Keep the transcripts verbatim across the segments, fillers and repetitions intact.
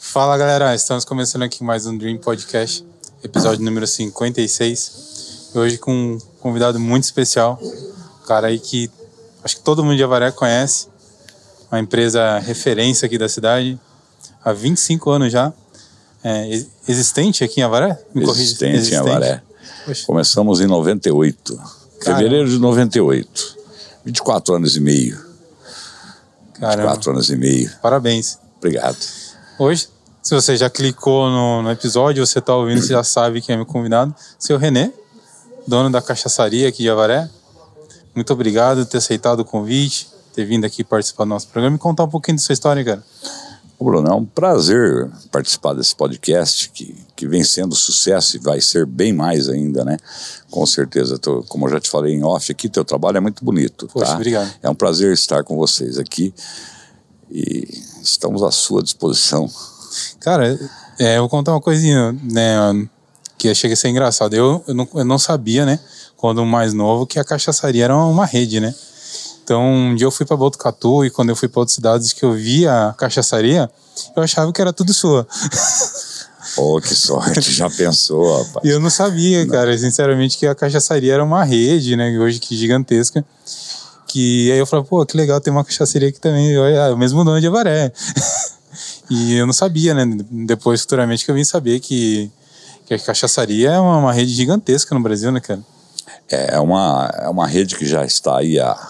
Fala galera, estamos começando aqui mais um Dream Podcast, episódio número cinquenta e seis. Hoje com um convidado muito especial, um cara aí que acho que todo mundo de Avaré conhece, uma empresa referência aqui da cidade, há vinte e cinco anos já, é, existente aqui em Avaré? Me existente, existente em Avaré. Poxa. Começamos em noventa e oito, Caramba. fevereiro de noventa e oito, vinte e quatro anos e meio. Caramba. vinte e quatro anos e meio. Parabéns. Obrigado. Hoje, se você já clicou no, no episódio, você está ouvindo, você já sabe quem é meu convidado. Seu René, dono da cachaçaria aqui de Avaré. Muito obrigado por ter aceitado o convite, ter vindo aqui participar do nosso programa e contar um pouquinho da sua história, cara. Ô Bruno, é um prazer participar desse podcast que, que vem sendo sucesso e vai ser bem mais ainda, né? Com certeza. Tô, como eu já te falei em off aqui, teu trabalho é muito bonito. Poxa, tá? Obrigado. É um prazer estar com vocês aqui e estamos à sua disposição. Cara, é, eu vou contar uma coisinha, né, que chega a ser engraçado. Eu, eu, não, eu não sabia, né, quando mais novo, que a cachaçaria era uma rede, né? Então, um dia eu fui para Botucatu e quando eu fui para outras cidades que eu via a cachaçaria, eu achava que era tudo sua. Oh, que sorte, já pensou, rapaz? E eu não sabia, não. cara, sinceramente, que a cachaçaria era uma rede, né, hoje que gigantesca. Que aí eu falei, pô, que legal, tem uma cachaçaria aqui também, é o mesmo nome de Avaré. E eu não sabia, né, depois, futuramente, que eu vim saber que, que a cachaçaria é uma, uma rede gigantesca no Brasil, né, cara? É uma, é uma rede que já está aí há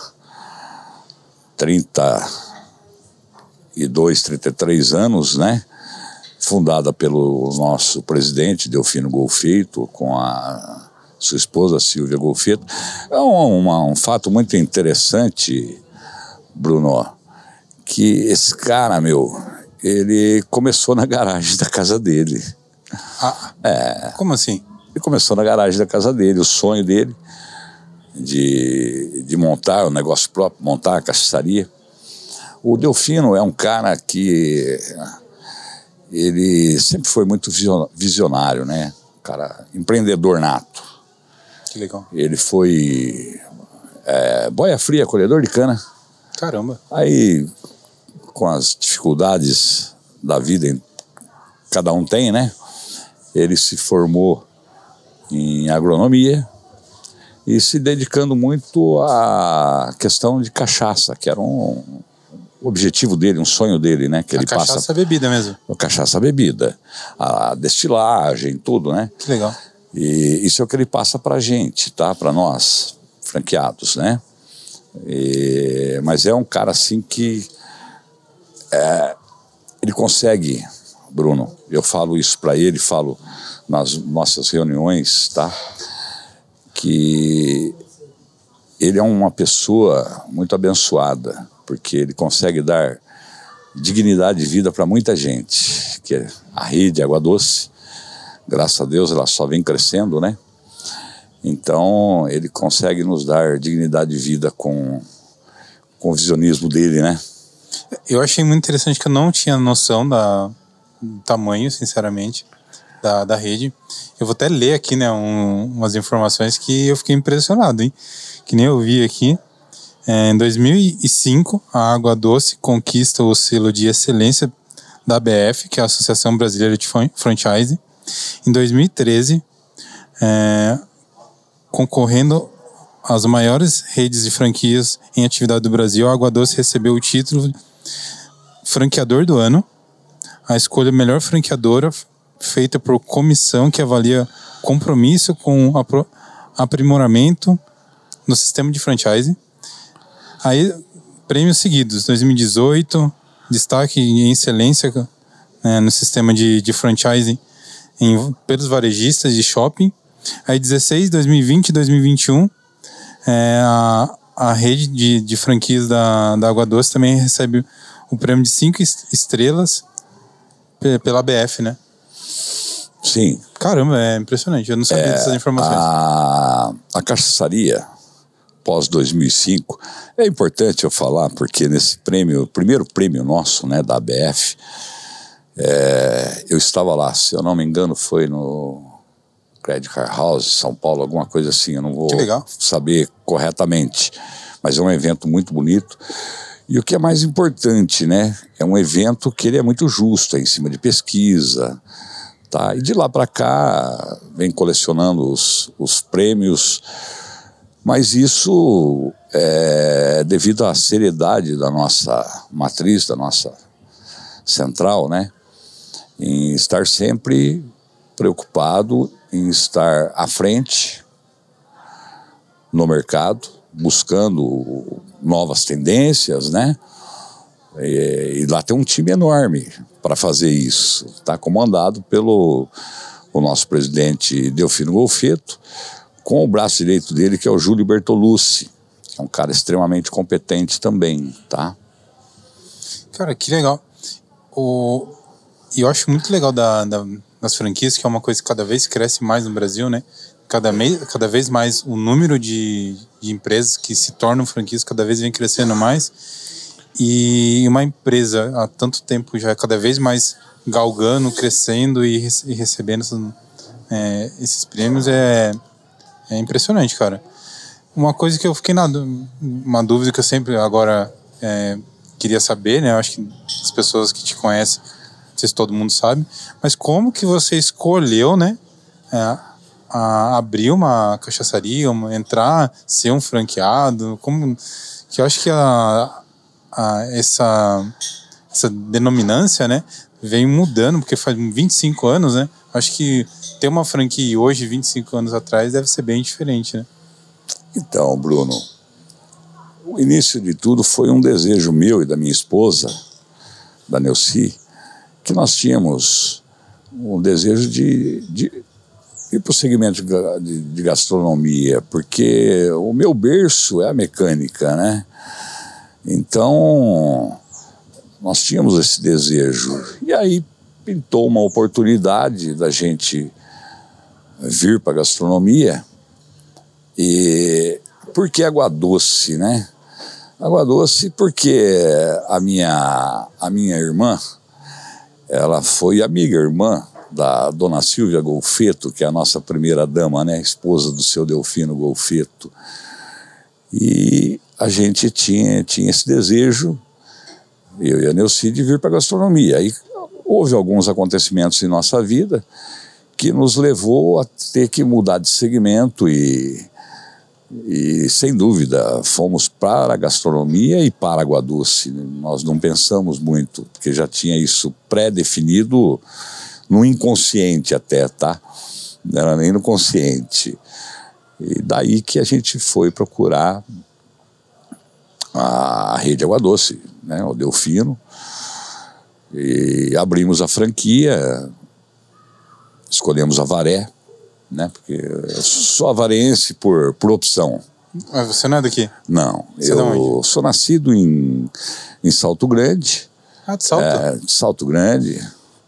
trinta e dois, trinta e três anos, né? Fundada pelo nosso presidente, Delfino Golfeito, com a sua esposa, Silvia Golfeito. É um, uma, um fato muito interessante, Bruno, que esse cara, meu, ele começou na garagem da casa dele. Ah, é, como assim? Ele começou na garagem da casa dele, o sonho dele de, de montar um negócio próprio, montar a cachaçaria. O Delfino é um cara que ele sempre foi muito visionário, né? Cara, empreendedor nato. Que legal. Ele foi é, boia fria, colhedor de cana. Caramba. Aí, com as dificuldades da vida, cada um tem, né? Ele se formou em agronomia e se dedicando muito à questão de cachaça, que era um objetivo dele, um sonho dele, né? Que a ele cachaça passa, bebida mesmo. A cachaça bebida, a destilagem, tudo, né? Que legal. E isso é o que ele passa pra gente, tá? Pra nós, franqueados, né? E, mas é um cara assim que é, ele consegue, Bruno, eu falo isso pra ele, falo nas nossas reuniões, tá? Que ele é uma pessoa muito abençoada, porque ele consegue dar dignidade de vida para muita gente, que é a rede Água Doce, graças a Deus ela só vem crescendo, né? Então ele consegue nos dar dignidade de vida com, com o visionismo dele, né? Eu achei muito interessante que eu não tinha noção da, do tamanho, sinceramente, da, da rede. Eu vou até ler aqui, né, um, umas informações que eu fiquei impressionado, hein? Que nem eu vi aqui. É, em dois mil e cinco, a Água Doce conquista o selo de excelência da A B F, que é a Associação Brasileira de Franchise. Em dois mil e treze, é, concorrendo às maiores redes de franquias em atividade do Brasil, a Água Doce recebeu o título Franqueador do Ano, a escolha melhor franqueadora feita por comissão que avalia compromisso com aprimoramento no sistema de franchise. Aí, prêmios seguidos, dois mil e dezoito, destaque em excelência, né, no sistema de, de franchise em, pelos varejistas de shopping. Aí, dezesseis, dois mil e vinte e dois mil e vinte e um, é, a, a rede de, de franquias da, da Água Doce também recebe o prêmio de cinco estrelas pela A B F, né? Sim. Caramba, é impressionante. Eu não sabia é, dessas informações. A, a cachaçaria, pós dois mil e cinco, é importante eu falar, porque nesse prêmio, o primeiro prêmio nosso, né, da A B F, é, eu estava lá, se eu não me engano, foi no Credit Card House, São Paulo, alguma coisa assim, eu não vou saber corretamente, mas é um evento muito bonito. E o que é mais importante, né? É um evento que ele é muito justo, é em cima de pesquisa, tá? E de lá para cá vem colecionando os, os prêmios, mas isso é devido à seriedade da nossa matriz, da nossa central, né? Em estar sempre preocupado em estar à frente no mercado, buscando novas tendências, né? E, e lá tem um time enorme para fazer isso. Está comandado pelo o nosso presidente Delfino Golfeto, com o braço direito dele, que é o Júlio Bertolucci, que é um cara extremamente competente também, tá? Cara, que legal. O... E eu acho muito legal da, da, das franquias, que é uma coisa que cada vez cresce mais no Brasil, né? Cada, me... cada vez mais o número de, de empresas que se tornam franquias cada vez vem crescendo mais. E uma empresa há tanto tempo já cada vez mais galgando, crescendo e, e recebendo essas, é, esses prêmios é, é impressionante, cara. Uma coisa que eu fiquei na uma dúvida que eu sempre agora é, queria saber, né? Eu acho que as pessoas que te conhecem, não sei se todo mundo sabe, mas como que você escolheu, né? É, a abrir uma cachaçaria, uma, entrar, ser um franqueado, como que eu acho que a, a, essa, essa denominância, né, vem mudando, porque faz vinte e cinco anos, né, acho que ter uma franquia hoje, vinte e cinco anos atrás, deve ser bem diferente, né? Então, Bruno, o início de tudo foi um desejo meu e da minha esposa, da Neuci, que nós tínhamos um desejo de, de ir para o segmento de, de gastronomia, porque o meu berço é a mecânica, né? Então, nós tínhamos esse desejo. E aí pintou uma oportunidade da gente vir para a gastronomia. E por que Água Doce, né? Água Doce porque a minha, a minha irmã, ela foi amiga irmã da dona Silvia Golfeto, que é a nossa primeira dama, né, esposa do seu Delfino Golfeto. E a gente tinha, tinha esse desejo, eu e a Neuci, de vir para a gastronomia. Aí houve alguns acontecimentos em nossa vida que nos levou a ter que mudar de segmento e, e sem dúvida, fomos para a gastronomia e para a Água Doce. Nós não pensamos muito, porque já tinha isso pré-definido no inconsciente até, tá? Não era nem no consciente. E daí que a gente foi procurar a rede Água Doce, né, o Delfino, e abrimos a franquia, escolhemos Avaré, né, porque eu sou avarense por, por opção. Mas você não é daqui? Não, você eu sou nascido em, em Salto Grande. Ah, de Salto? É, de Salto Grande.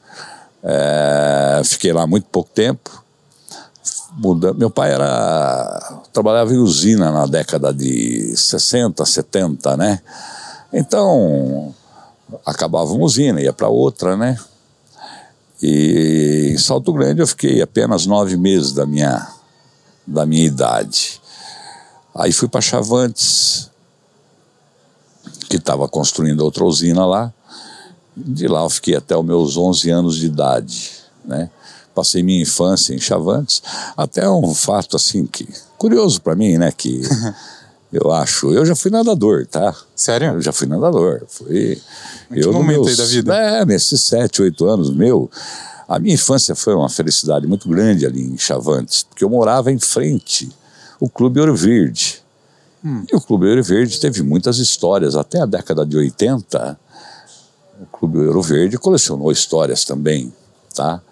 É, fiquei lá muito pouco tempo. Muda, meu pai era trabalhava em usina na década de sessenta, setenta, né? Então acabava uma usina, ia para outra, né? E em Salto Grande eu fiquei apenas nove meses da minha, da minha idade. Aí fui para Chavantes, que estava construindo outra usina lá. De lá eu fiquei até os meus onze anos de idade, né? Passei minha infância em Chavantes. Até um fato assim que curioso para mim, né? Que eu acho, eu já fui nadador, tá? Sério? Eu já fui nadador. Fui. Em que eu, momento meus, aí da vida? É, nesses sete, oito anos meu, a minha infância foi uma felicidade muito grande ali em Chavantes, porque eu morava em frente ao Clube Ouro Verde. Hum. E o Clube Ouro Verde teve muitas histórias até a década de oitenta. O Clube Ouro Verde colecionou histórias também, tá?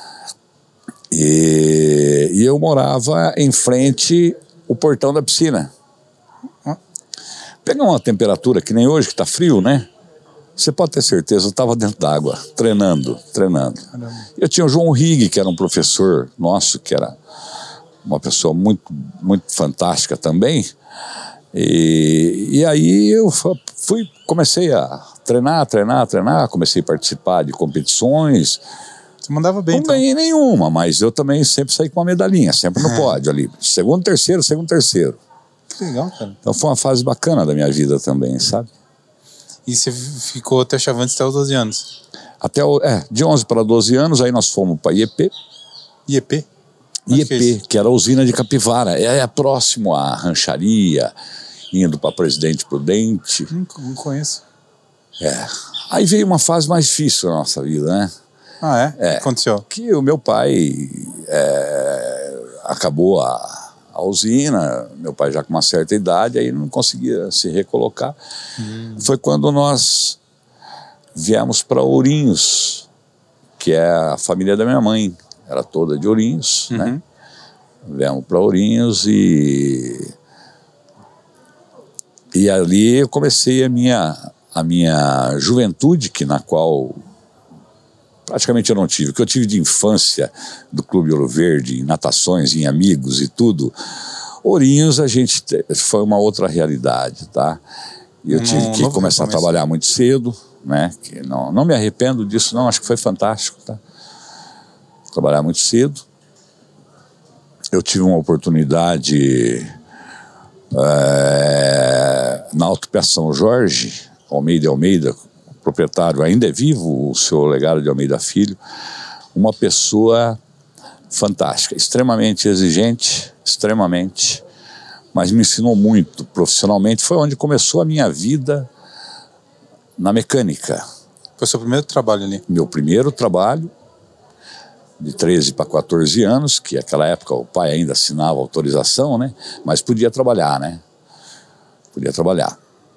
E, e eu morava em frente ao portão da piscina. Pegar uma temperatura que nem hoje, que tá frio, né? Você pode ter certeza, eu estava dentro d'água, treinando, treinando. Caramba. Eu tinha o João Rigg, que era um professor nosso, que era uma pessoa muito, muito fantástica também. E, e aí eu fui, comecei a treinar, treinar, treinar, comecei a participar de competições. Você mandava bem, não então? ganhei nenhuma, mas eu também sempre saí com uma medalhinha, sempre no é. pódio ali. Segundo, terceiro, segundo, terceiro. Que legal, cara. Então foi uma fase bacana da minha vida também, sabe? E você ficou até Chavantes até os doze anos? Até o, é, de onze para doze anos, aí nós fomos para I E P. I E P? I E P, que, que era a usina de Capivara. É, é próximo à rancharia, indo para Presidente Prudente. Não, não conheço. É. Aí veio uma fase mais difícil na nossa vida, né? Ah, é? É. O que aconteceu? Que o meu pai é, acabou a, a usina, meu pai já com uma certa idade, aí não conseguia se recolocar. Hum. Foi quando nós viemos para Ourinhos, que é a família da minha mãe, era toda de Ourinhos, uhum. né? Viemos para Ourinhos e e ali eu comecei a minha a minha juventude, que na qual praticamente eu não tive, o que eu tive de infância do Clube Ouro Verde, em natações, em amigos e tudo. Ourinhos a gente foi uma outra realidade, tá? E eu não, tive que começar a trabalhar muito cedo, né? Que não, não me arrependo disso, não, acho que foi fantástico, tá? Trabalhar muito cedo. Eu tive uma oportunidade é, na Autopeça São Jorge, Almeida Almeida, o proprietário ainda é vivo, o senhor Olegário de Almeida Filho, uma pessoa fantástica, extremamente exigente, extremamente, mas me ensinou muito profissionalmente. Foi onde começou a minha vida na mecânica. Foi o seu primeiro trabalho ali? Meu primeiro trabalho, de treze para quatorze anos, que naquela época o pai ainda assinava autorização, né? Mas podia trabalhar, né? Podia trabalhar.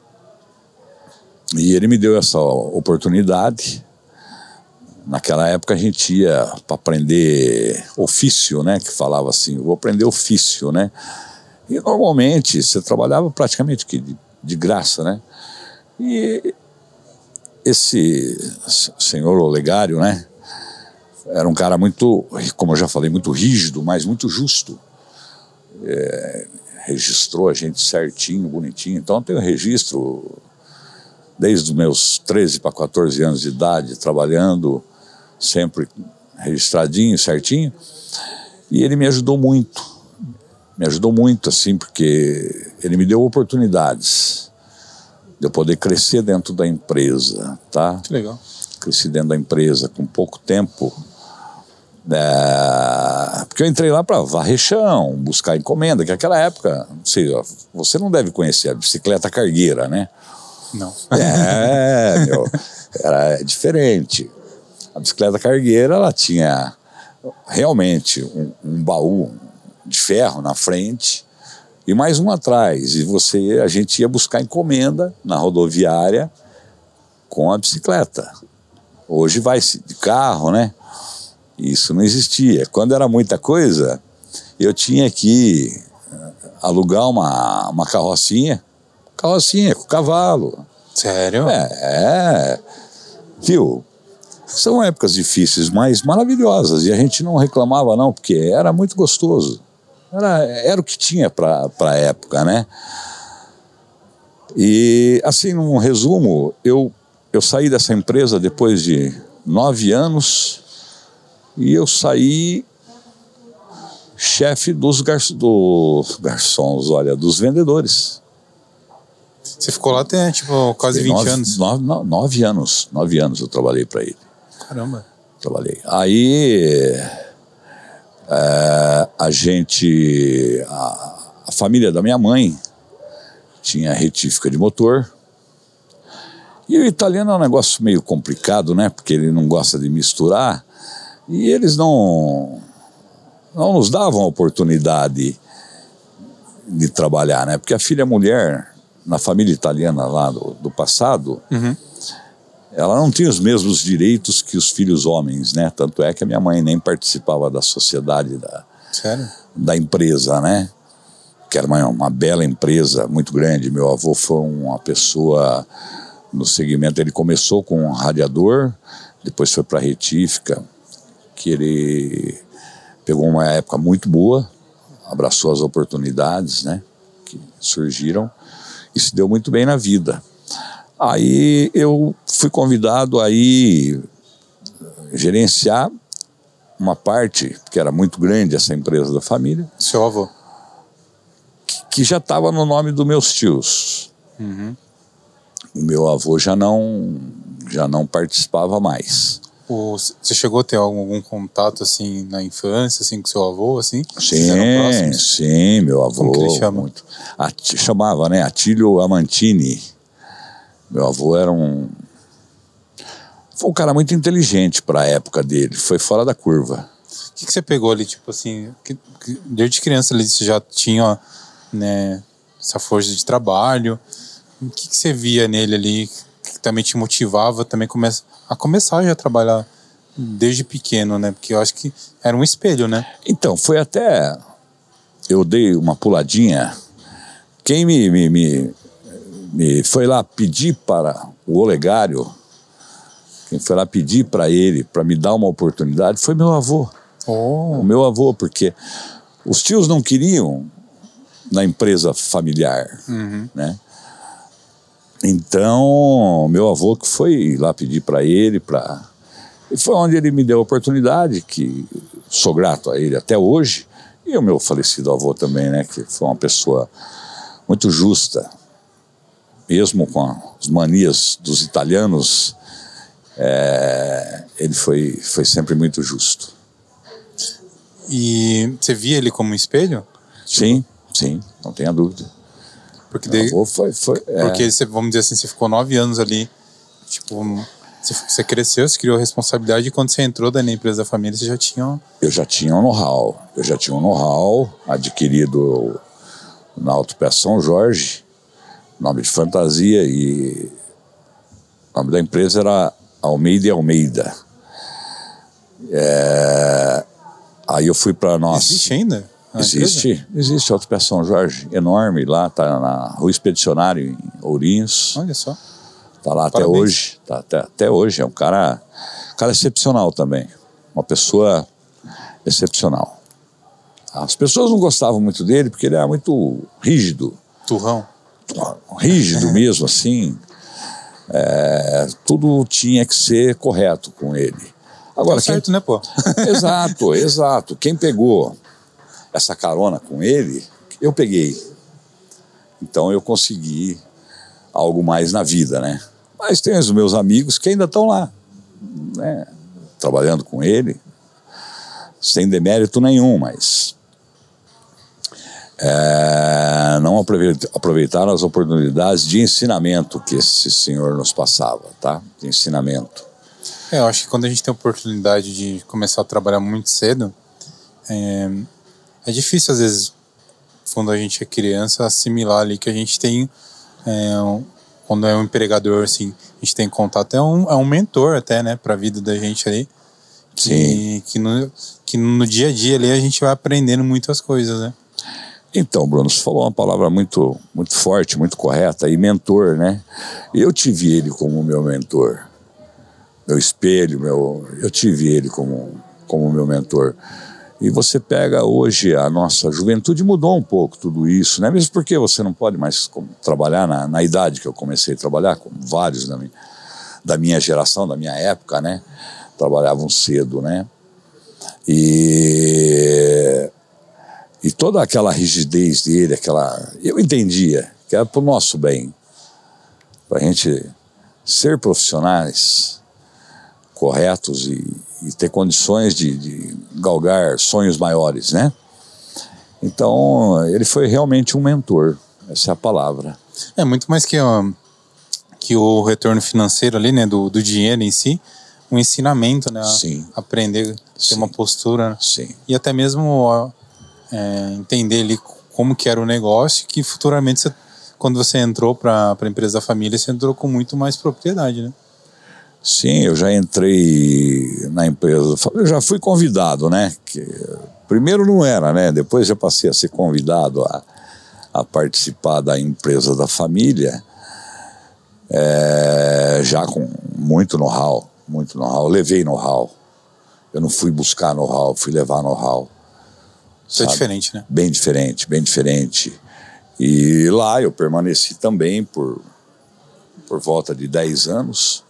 E ele me deu essa oportunidade. Naquela época a gente ia para aprender ofício, né? Que falava assim, vou aprender ofício, né? E normalmente você trabalhava praticamente de, de graça, né? E esse senhor Olegário, né? Era um cara muito, como eu já falei, muito rígido, mas muito justo. É, registrou a gente certinho, bonitinho. Então eu tenho registro desde os meus treze para quatorze anos de idade, trabalhando, sempre registradinho, certinho. E ele me ajudou muito. Me ajudou muito, assim, porque ele me deu oportunidades de eu poder crescer dentro da empresa, tá? Que legal. Cresci dentro da empresa com pouco tempo. É, porque eu entrei lá para varrer chão, buscar encomenda, que naquela época, não sei, você não deve conhecer a bicicleta cargueira, né? Não. É, meu, era diferente. A bicicleta cargueira, ela tinha realmente um, um baú de ferro na frente e mais um atrás. E você, a gente ia buscar encomenda na rodoviária com a bicicleta. Hoje vai-se de carro, né? Isso não existia. Quando era muita coisa, eu tinha que alugar uma, uma carrocinha, carrocinha com cavalo. Sério? É, é. Viu? São épocas difíceis, mas maravilhosas. E a gente não reclamava não, porque era muito gostoso. Era, era o que tinha para a época, né? E, assim, num resumo, eu, eu saí dessa empresa depois de nove anos e eu saí chefe dos gar, do, garçons, olha, dos vendedores. Você ficou lá até, tipo, quase vinte nove, anos? Nove, nove, nove anos. Nove anos eu trabalhei para ele. Caramba. Trabalhei. Aí é, a gente, a, a família da minha mãe tinha retífica de motor. E o italiano é um negócio meio complicado, né? Porque ele não gosta de misturar. E eles não, não nos davam a oportunidade de trabalhar, né? Porque a filha mulher, na família italiana lá do, do passado, uhum. ela não tinha os mesmos direitos que os filhos homens, né? Tanto é que a minha mãe nem participava da sociedade da, Sério? da empresa, né? Que era uma, uma bela empresa, muito grande. Meu avô foi uma pessoa no segmento, ele começou com um radiador, depois foi para a retífica, que ele pegou uma época muito boa, abraçou as oportunidades, né, que surgiram e se deu muito bem na vida. Aí eu fui convidado a ir gerenciar uma parte, que era muito grande essa empresa da família. Seu avô? Que, que já estava no nome dos meus tios. Uhum. o meu avô já não, já não participava mais. O, você chegou a ter algum, algum contato, assim, na infância, assim, com seu avô, assim? Sim, sim, meu avô. Como que ele chama? Muito, At, chamava, né, Atílio Amantini. Meu avô era um... Foi um cara muito inteligente para a época dele, foi fora da curva. O que, que você pegou ali, tipo assim, que, que, desde criança ali você já tinha, né, essa força de trabalho, o que, que você via nele ali que também te motivava também começa, a começar já a trabalhar desde pequeno, né, porque eu acho que era um espelho, né? Então, foi até, eu dei uma puladinha, quem me, me, me, me foi lá pedir para o Olegário, quem foi lá pedir para ele, para me dar uma oportunidade, foi meu avô. Oh. O meu avô, porque os tios não queriam na empresa familiar, uhum. né? Então, meu avô que foi lá pedir para ele, para... E foi onde ele me deu a oportunidade, que sou grato a ele até hoje, e o meu falecido avô também, né? Que foi uma pessoa muito justa, mesmo com as manias dos italianos, é, ele foi, foi sempre muito justo. E você via ele como um espelho? Sim, sim, não tenha dúvida. Porque daí, foi, foi, é. porque você, vamos dizer assim, você ficou nove anos ali, tipo, você, você cresceu, você criou responsabilidade, e quando você entrou daí na empresa da família, você já tinha... Eu já tinha um know-how, eu já tinha um know-how adquirido na Autopeça São Jorge, nome de fantasia, e o nome da empresa era Almeida e Almeida. É... Aí eu fui para nós. Existe ainda? Existe, empresa? Existe a Autopeça São Jorge, enorme lá, tá na Rua Expedicionário, em Ourinhos. Olha só. Tá lá Parabéns. até hoje, tá até, até hoje. É um cara, cara excepcional também, uma pessoa excepcional. As pessoas não gostavam muito dele porque ele era muito rígido. Turrão. Rígido mesmo, assim. É, tudo tinha que ser correto com ele. Agora, tá certo, quem... né, pô? Exato, exato. Quem pegou essa carona com ele, eu peguei. Então eu consegui algo mais na vida, né? Mas tem os meus amigos que ainda estão lá, né? Trabalhando com ele, sem demérito nenhum, mas é, não aproveitaram as oportunidades de ensinamento que esse senhor nos passava, tá? De ensinamento. É, eu acho que quando a gente tem a oportunidade de começar a trabalhar muito cedo, é, é difícil às vezes, quando a gente é criança, assimilar ali que a gente tem, é, um, quando é um empregador, assim, a gente tem contato, é um, é um mentor até, né, para a vida da gente ali, que, Sim. que, no, que no dia a dia ali a gente vai aprendendo muitas coisas, né? Então, Bruno, você falou uma palavra muito, muito forte, muito correta, e mentor, né? Eu tive ele como meu mentor. Meu espelho, meu, eu tive ele como, como meu mentor. E você pega hoje, a nossa juventude mudou um pouco tudo isso, né? Mesmo porque você não pode mais trabalhar na, na idade que eu comecei a trabalhar, como vários da minha, da minha geração, da minha época, né? Trabalhavam cedo, né? E, e toda aquela rigidez dele, aquela... Eu entendia que era para o nosso bem, para a gente ser profissionais corretos e, e ter condições de, de galgar sonhos maiores, né? Então, ele foi realmente um mentor, essa é a palavra. É muito mais que, ó, que o retorno financeiro ali, né, do, do dinheiro em si, um ensinamento, né? Sim. Aprender, ter Sim. uma postura, né? Sim. E até mesmo ó, é, entender ali como que era o negócio, que futuramente, você, quando você entrou para a empresa da família, você entrou com muito mais propriedade, né? Sim, eu já entrei na empresa, eu já fui convidado, né? Que, primeiro não era, né? Depois já passei a ser convidado a, a participar da empresa da família, é, já com muito know-how, muito know-how. Levei know-how. Eu não fui buscar know-how, fui levar know-how. Isso é diferente, né? Bem diferente, bem diferente. E lá eu permaneci também por, por volta de dez anos.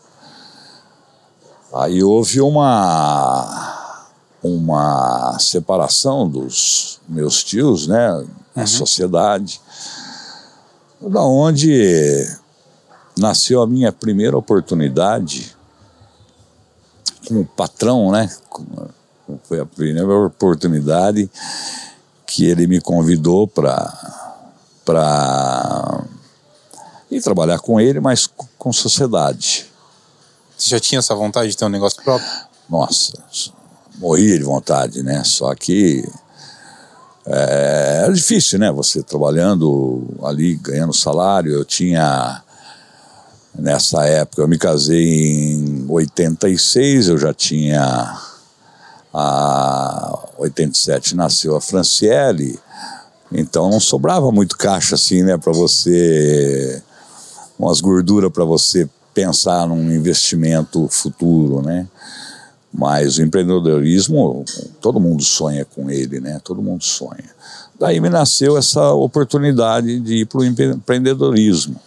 Aí houve uma, uma separação dos meus tios, né, na uhum. sociedade, da onde nasceu a minha primeira oportunidade com o patrão, né? Foi a primeira oportunidade que ele me convidou para para ir trabalhar com ele, mas com sociedade. Você já tinha essa vontade de ter um negócio próprio? Nossa, morria de vontade, né? Só que é, era difícil, né? Você trabalhando ali, ganhando salário. Eu tinha, nessa época, eu me casei em oitenta e seis, eu já tinha, a oitenta e sete nasceu a Franciele, então não sobrava muito caixa assim, né? Para você, umas gorduras para você pensar num investimento futuro, né? Mas o empreendedorismo, todo mundo sonha com ele, né? Todo mundo sonha. Daí me nasceu essa oportunidade de ir para o empreendedorismo.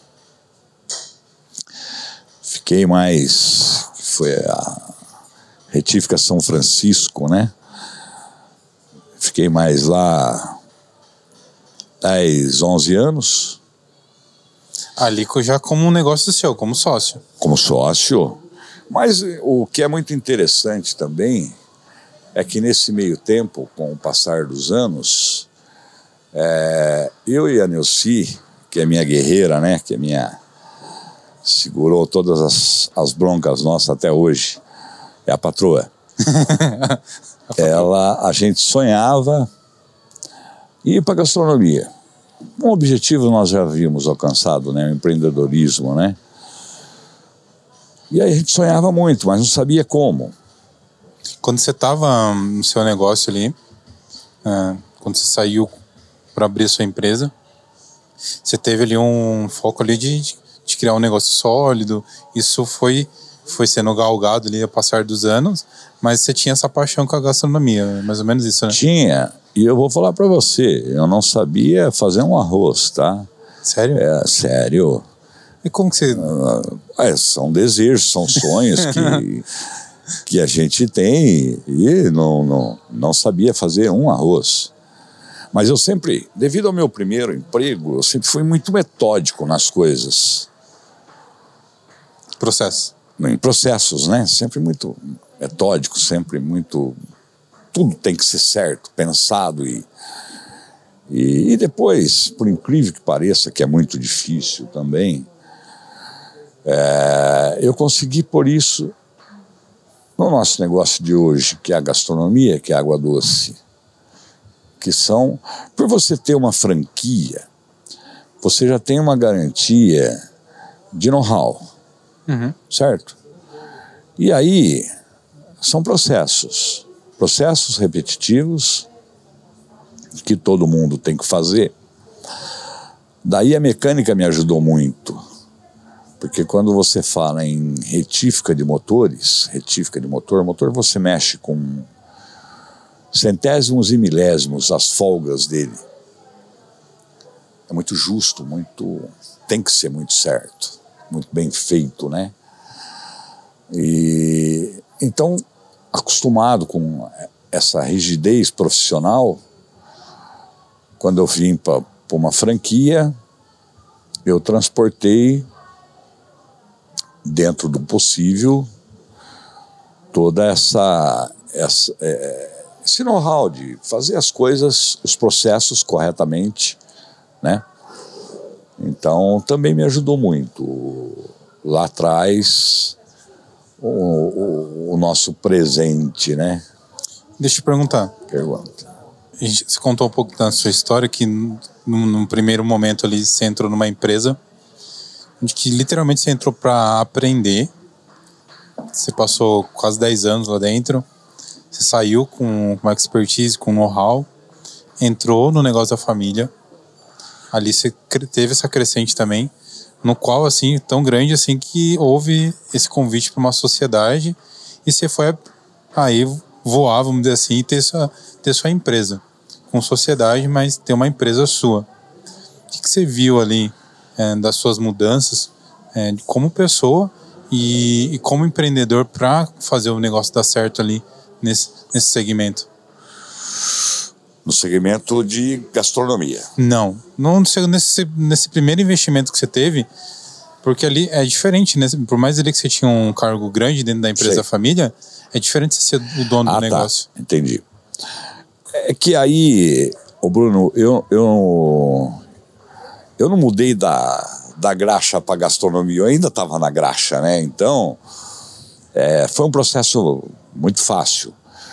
Fiquei mais... Foi a Retífica São Francisco, né? Fiquei mais lá dez, onze anos. Ali já como um negócio seu, como sócio. Como sócio. Mas o que é muito interessante também é que nesse meio tempo, com o passar dos anos, é, eu e a Neuci, que é minha guerreira, né, que é minha... segurou todas as, as broncas nossas até hoje, é a patroa. Ela, a gente sonhava ir para a gastronomia. Um objetivo nós já havíamos alcançado, né, o empreendedorismo, né? E aí a gente sonhava muito, mas não sabia como. Quando você estava no seu negócio ali, é, quando você saiu para abrir a sua empresa, você teve ali um foco ali de, de criar um negócio sólido. Isso foi, foi sendo galgado ali ao passar dos anos, mas você tinha essa paixão com a gastronomia, mais ou menos isso, né? Tinha, e eu vou falar para você, eu não sabia fazer um arroz, tá? Sério? É, sério. E como que você... É, são desejos, são sonhos que, que a gente tem e não, não, não sabia fazer um arroz. Mas eu sempre, devido ao meu primeiro emprego, eu sempre fui muito metódico nas coisas. Processo. Em processos, né? Sempre muito metódico, sempre muito... Tudo tem que ser certo, pensado e... E, e depois, por incrível que pareça, que é muito difícil também... É, eu consegui por isso no nosso negócio de hoje, que é a gastronomia, que é a água doce, que são, por você ter uma franquia, você já tem uma garantia de know-how, uhum. certo? E aí são processos, processos repetitivos que todo mundo tem que fazer. Daí a mecânica me ajudou muito. Porque quando você fala em retífica de motores, retífica de motor, motor você mexe com centésimos e milésimos as folgas dele. É muito justo, muito, tem que ser muito certo, muito bem feito, né? E então, acostumado com essa rigidez profissional, quando eu vim para uma franquia, eu transportei dentro do possível toda essa, essa é, esse know-how de fazer as coisas, os processos corretamente, né? Então também me ajudou muito lá atrás o, o, o nosso presente, né? Deixa eu te perguntar. Pergunta. Você contou um pouco da sua história que num, num primeiro momento ali você entrou numa empresa de que literalmente você entrou para aprender. Você passou quase dez anos lá dentro. Você saiu com uma expertise, com know-how. Entrou no negócio da família. Ali você teve essa crescente também, no qual, assim, tão grande assim que houve esse convite para uma sociedade e você foi aí voar, vamos dizer assim, e ter sua, ter sua empresa. Com sociedade, mas ter uma empresa sua. O que, que você viu ali é, das suas mudanças é, como pessoa e, e como empreendedor para fazer o negócio dar certo ali nesse, nesse segmento? No segmento de gastronomia. Não, não nesse, nesse primeiro investimento que você teve, Porque ali é diferente, né? Por mais ali que você tinha um cargo grande dentro da empresa Sei. da família, é diferente você ser o dono ah, do negócio. Tá. Entendi. É que aí, ô Bruno, eu, eu, eu não mudei da, da graxa para gastronomia, eu ainda estava na graxa, né? Então, é, foi um processo muito fácil.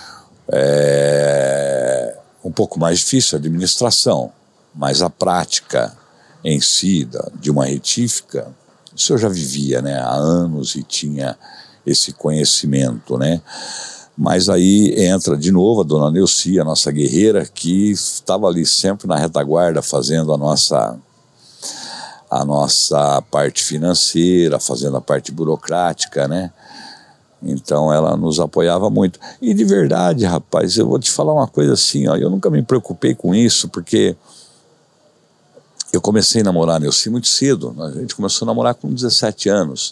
É, um pouco mais difícil a administração, mas a prática em si da, de uma retífica, isso eu já vivia, né, há anos e tinha esse conhecimento, né? Mas aí entra de novo a dona Neuci, a nossa guerreira, que estava ali sempre na retaguarda fazendo a nossa, a nossa parte financeira, fazendo a parte burocrática, né? Então ela nos apoiava muito. E de verdade, rapaz, eu vou te falar uma coisa assim, ó, eu nunca me preocupei com isso, porque eu comecei a namorar a Neuci muito cedo. A gente começou a namorar com dezessete anos.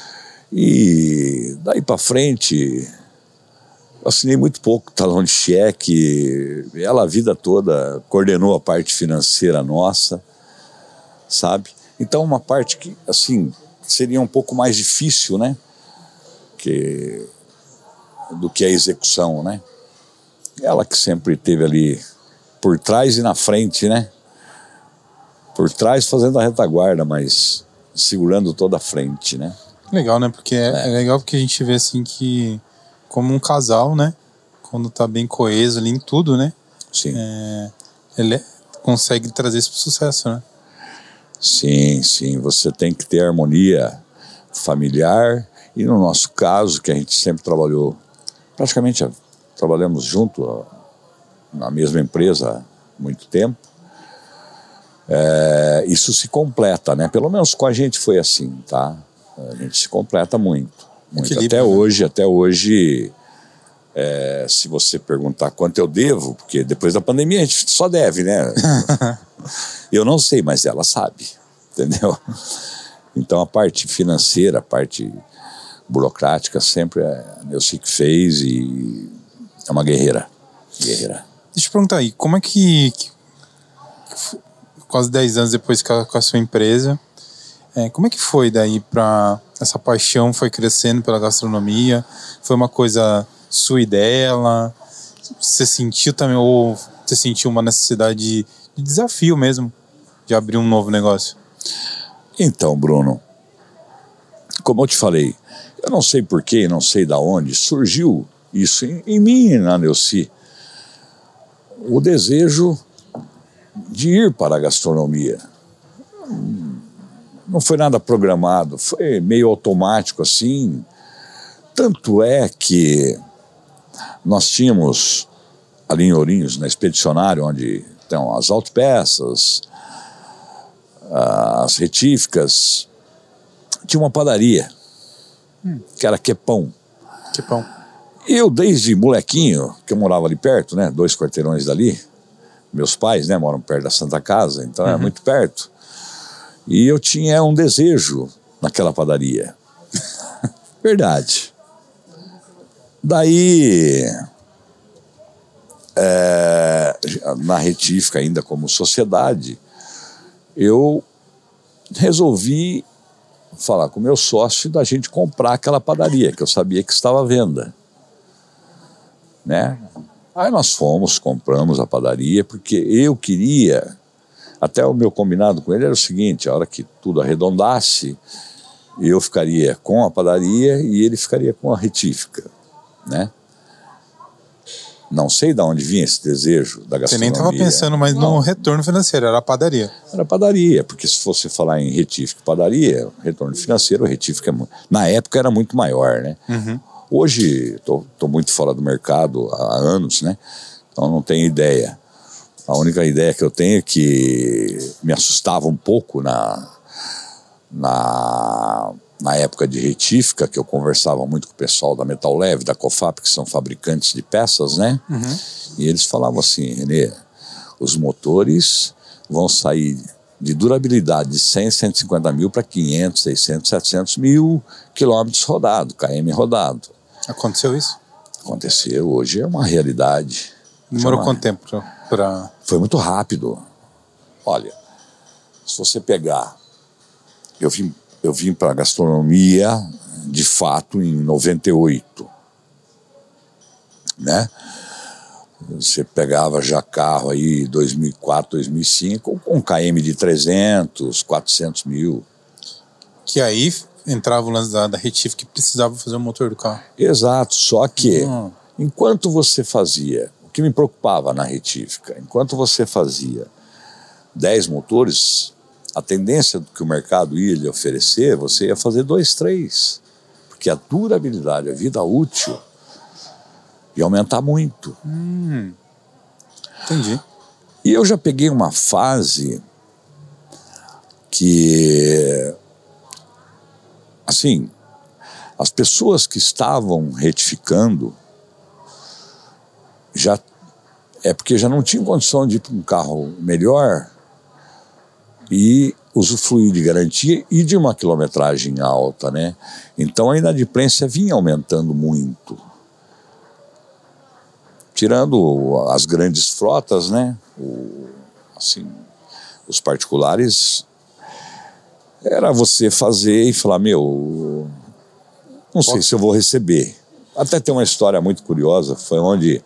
E daí para frente, eu assinei muito pouco talão de cheque. Ela a vida toda coordenou a parte financeira nossa, sabe? Então uma parte que, assim, seria um pouco mais difícil, né? Que, do que a execução, né? Ela que sempre esteve ali por trás e na frente, né? Por trás fazendo a retaguarda, mas segurando toda a frente, né? Legal, né? Porque é, É. é legal porque a gente vê assim que, como um casal, né? Quando tá bem coeso ali em tudo, né? Sim. É, ele é- consegue trazer isso pro sucesso, né? Sim, sim. Você tem que ter harmonia familiar e no nosso caso, que a gente sempre trabalhou, praticamente trabalhamos junto ó, na mesma empresa há muito tempo, é, isso se completa, né? Pelo menos com a gente foi assim, tá? A gente se completa muito. muito. Equilíbrio, até né? hoje, até hoje, é, se você perguntar quanto eu devo, porque depois da pandemia a gente só deve, né? Eu não sei, mas ela sabe, entendeu? Então a parte financeira, a parte burocrática sempre é a Neuci que fez e é uma guerreira, guerreira. Deixa eu perguntar aí, como é que, que quase dez anos depois com a, com a sua empresa, é, como é que foi daí pra essa paixão foi crescendo pela gastronomia? Foi uma coisa sua e dela? Você sentiu também, ou você sentiu uma necessidade de, de desafio mesmo, de abrir um novo negócio? Então, Bruno, como eu te falei, eu não sei porquê, não sei de onde, surgiu isso em, em mim e na Neuci, o desejo de ir para a gastronomia. Não foi nada programado, foi meio automático assim. Tanto é que nós tínhamos ali em Ourinhos, na Expedicionário, onde estão as autopeças, as retíficas, tinha uma padaria, hum. que era Quepão. Quepão. Eu, desde molequinho, que eu morava ali perto, né, dois quarteirões dali, meus pais, né, moram perto da Santa Casa, então uhum. é muito perto. E eu tinha um desejo naquela padaria. Verdade. Daí, é, na retífica ainda como sociedade, eu resolvi falar com o meu sócio da gente comprar aquela padaria, que eu sabia que estava à venda. Né? Aí nós fomos, compramos a padaria, porque eu queria, até o meu combinado com ele era o seguinte, a hora que tudo arredondasse, eu ficaria com a padaria e ele ficaria com a retífica, né? Não sei de onde vinha esse desejo da gastronomia. Você nem estava pensando mais Não. no retorno financeiro, era a padaria. Era padaria, porque se fosse falar em retífica e padaria, retorno financeiro, retífica, na época era muito maior, né? Uhum. Hoje, estou muito fora do mercado há anos, né? Então não tenho ideia. A única ideia que eu tenho é que me assustava um pouco na, na, na época de retífica, que eu conversava muito com o pessoal da Metal Leve, da Cofap, que são fabricantes de peças, né? Uhum. E eles falavam assim, Renê, os motores vão sair de durabilidade de cem, cento e cinquenta mil para quinhentos, seiscentos, setecentos mil quilômetros rodado, km rodado. Aconteceu isso? Aconteceu, hoje é uma realidade. Demorou uma... quanto tempo para... Foi muito rápido. Olha, se você pegar... Eu vim eu vim para a gastronomia, de fato, em noventa e oito, né? Você pegava já carro aí dois mil e quatro, dois mil e cinco, com K M de trezentos, quatrocentos mil. Que aí entrava o lance da, da retífica que precisava fazer o motor do carro. Exato, só que Hum. enquanto você fazia, o que me preocupava na retífica, enquanto você fazia dez motores, a tendência do que o mercado ia lhe oferecer, você ia fazer dois, três. Porque a durabilidade, a vida útil ia aumentar muito. Hum. Entendi. E eu já peguei uma fase que, assim, as pessoas que estavam retificando já é porque já não tinham condição de ir para um carro melhor e usufruir de garantia e de uma quilometragem alta, né? Então a inadimplência vinha aumentando muito. Tirando as grandes frotas, né? O, assim, os particulares, era você fazer e falar, meu, não sei se eu vou receber. Até tem uma história muito curiosa, foi onde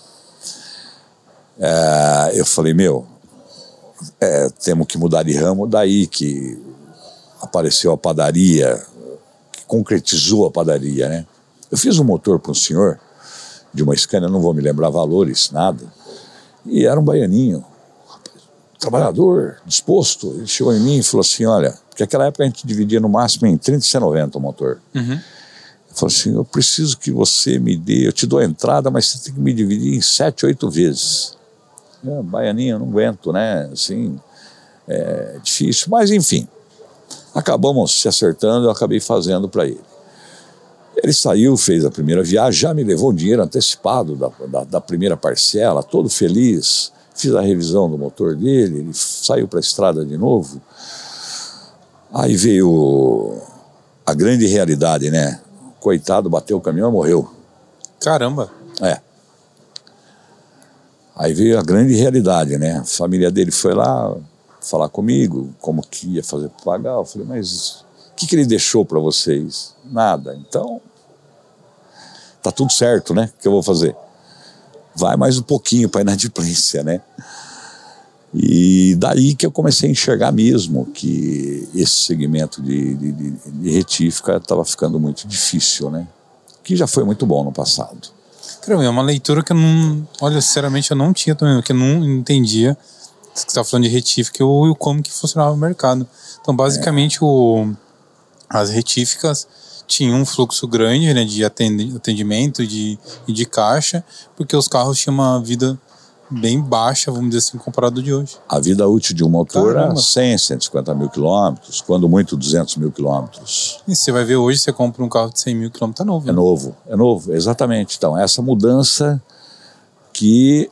é, eu falei, meu, é, temos que mudar de ramo, daí que apareceu a padaria, que concretizou a padaria, né? Eu fiz um motor para um senhor de uma Scania, não vou me lembrar valores, nada, e era um baianinho, trabalhador, disposto. Ele chegou em mim e falou assim, olha, porque naquela época a gente dividia no máximo em trinta e C noventa o motor. Uhum. Ele falou assim, eu preciso que você me dê, eu te dou a entrada, mas você tem que me dividir em sete, oito vezes. É, baianinho, eu não aguento, né, assim, é difícil, mas enfim, acabamos se acertando, eu acabei fazendo para ele. Ele saiu, fez a primeira viagem, já me levou o dinheiro antecipado da, da, da primeira parcela, todo feliz. Fiz a revisão do motor dele, ele saiu para a estrada de novo. Aí veio a grande realidade, né? Coitado, bateu o caminhão e morreu. Caramba. É. Aí veio a grande realidade, né? A família dele foi lá falar comigo, como que ia fazer para pagar. Eu falei, mas o que, que ele deixou para vocês? Nada. Então, tá tudo certo, né? O que eu vou fazer? Vai mais um pouquinho para inadimplência, né? E daí que eu comecei a enxergar mesmo que esse segmento de, de, de, de retífica estava ficando muito difícil, né? Que já foi muito bom no passado. Caramba, é uma leitura que eu não... Olha, sinceramente, eu não tinha também, que eu não entendia. Você estava falando de retífica e o como que funcionava o mercado. Então, basicamente, é. o... as retíficas tinham um fluxo grande, né, de atendimento de, e de caixa, porque os carros tinham uma vida bem baixa, vamos dizer assim, comparado ao de hoje. A vida útil de um motor Caramba. é cem, cento e cinquenta mil quilômetros, quando muito duzentos mil quilômetros. E você vai ver hoje, você compra um carro de cem mil quilômetros, tá novo. É né? novo, é novo, exatamente. Então, essa mudança que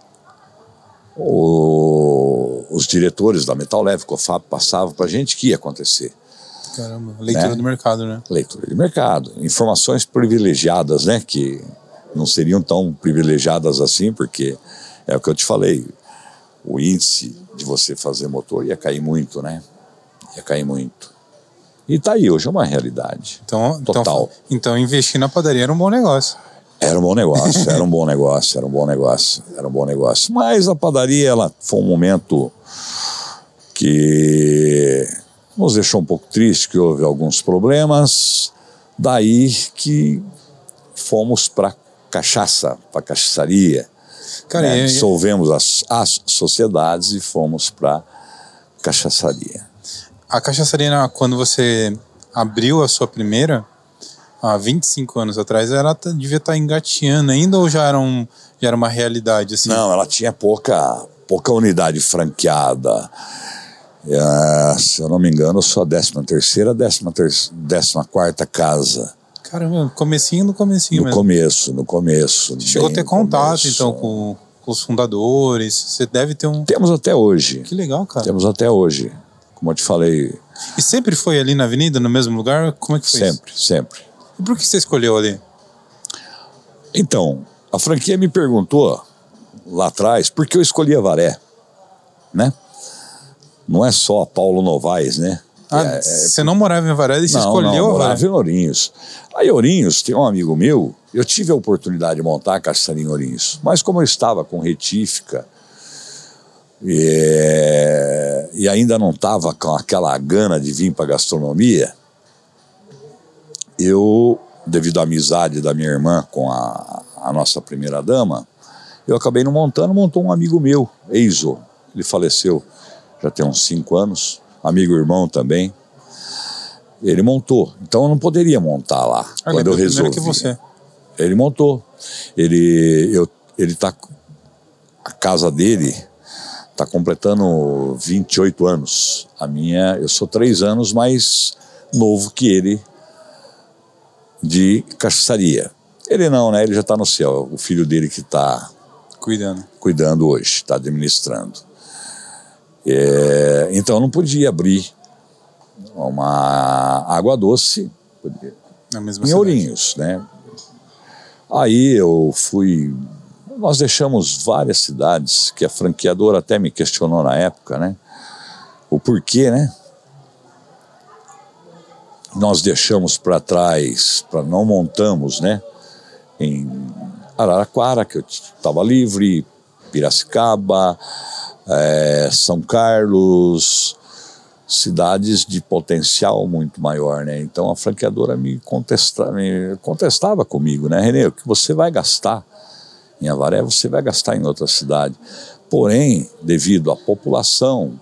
o, os diretores da Metal Leve, Cofap, passavam para a gente que ia acontecer. Caramba, leitura né? do mercado, né? Leitura de mercado. Informações privilegiadas, né? Que não seriam tão privilegiadas assim, porque é o que eu te falei. O índice de você fazer motor ia cair muito, né? Ia cair muito. E tá aí, hoje é uma realidade. Então, total. Então, então investir na padaria era um bom negócio. Era um bom negócio, era um bom negócio, era um bom negócio, era um bom negócio. Mas a padaria, ela foi um momento que nos deixou um pouco triste, que houve alguns problemas, daí que fomos para cachaça, para cachaçaria. Cara, né? e... Dissolvemos as, as sociedades e fomos para cachaçaria. A cachaçaria, quando você abriu a sua primeira, há vinte e cinco anos atrás, ela devia estar engateando ainda ou já era, um, já era uma realidade? Assim? Não, ela tinha pouca, pouca unidade franqueada. É, se eu não me engano, eu sou a décima terceira, décima, ter, décima quarta casa. Caramba, comecinho do comecinho no mesmo. Começo, no começo. Você chegou a ter contato, começo. então, com, com os fundadores? Você deve ter um... Temos até hoje. Que legal, cara. Temos até hoje, como eu te falei. E sempre foi ali na avenida, no mesmo lugar? Como é que foi sempre, isso? Sempre, sempre. E por que você escolheu ali? Então, a franquia me perguntou lá atrás por que eu escolhi Avaré, né? Não é só Paulo Novaes, né? Ah, é, você é, não morava em Avaré e você não, escolheu não, Avaré? morava em Ourinhos. Aí Ourinhos, tem um amigo meu, eu tive a oportunidade de montar a cachaçaria em Ourinhos, mas como eu estava com retífica e, e ainda não estava com aquela gana de vir para a gastronomia, eu, devido à amizade da minha irmã com a, a nossa primeira dama, eu acabei não montando, montou um amigo meu, Eizo. Ele faleceu já tem uns cinco anos, amigo irmão também. Ele montou, então eu não poderia montar lá. Ah, quando eu resolvi. Que você. Ele montou. Ele, eu, ele tá, a casa dele está completando vinte e oito anos. A minha, eu sou três anos mais novo que ele de cachaçaria. Ele não, né? Ele já está no céu. O filho dele que está cuidando, cuidando hoje, está administrando. É, então eu não podia abrir uma água doce Na mesma em cidade. Ourinhos, né? Aí eu fui... Nós deixamos várias cidades, que a franqueadora até me questionou na época, né? O porquê, né? Nós deixamos para trás, para não montamos, né? Em Araraquara, que eu estava livre, Piracicaba, é, São Carlos, cidades de potencial muito maior, né? Então a franqueadora me, contesta, me contestava comigo, né? Renê, o que você vai gastar em Avaré, você vai gastar em outra cidade. Porém, devido à população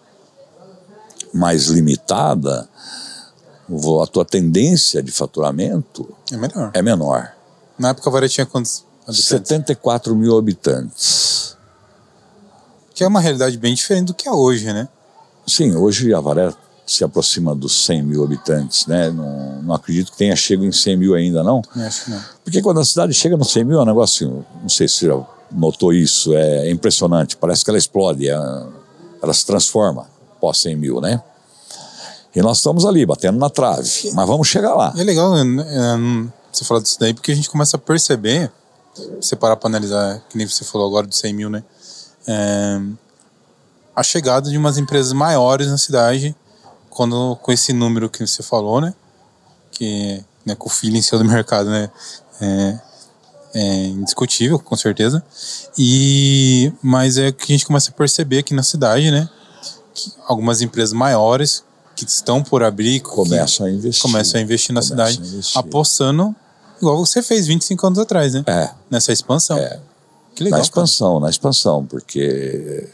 mais limitada, a tua tendência de faturamento é menor. É menor. Na época Avaré tinha quantos habitantes? setenta e quatro mil habitantes. Que é uma realidade bem diferente do que é hoje, né? Sim, hoje Avaré se aproxima dos cem mil habitantes, né? Não, não acredito que tenha chego em cem mil ainda, não. Eu acho que não. Porque quando a cidade chega nos cem mil é um negócio, não sei se você já notou isso, é impressionante. Parece que ela explode, ela, ela se transforma pós cem mil, né? E nós estamos ali, batendo na trave, mas vamos chegar lá. É legal é, você falar disso daí, porque a gente começa a perceber, você parar para analisar, que nem você falou agora dos cem mil, né? É, a chegada de umas empresas maiores na cidade, quando, com esse número que você falou, né? Que, né, com o feeling seu do mercado, né? É, é indiscutível, com certeza. E, mas é que a gente começa a perceber aqui na cidade, né? Que algumas empresas maiores que estão por abrir começam a investir, começam a investir na cidade, investir. apostando igual você fez vinte e cinco anos atrás, né? É. Nessa expansão. É. Que legal. Na expansão, cara. na expansão, porque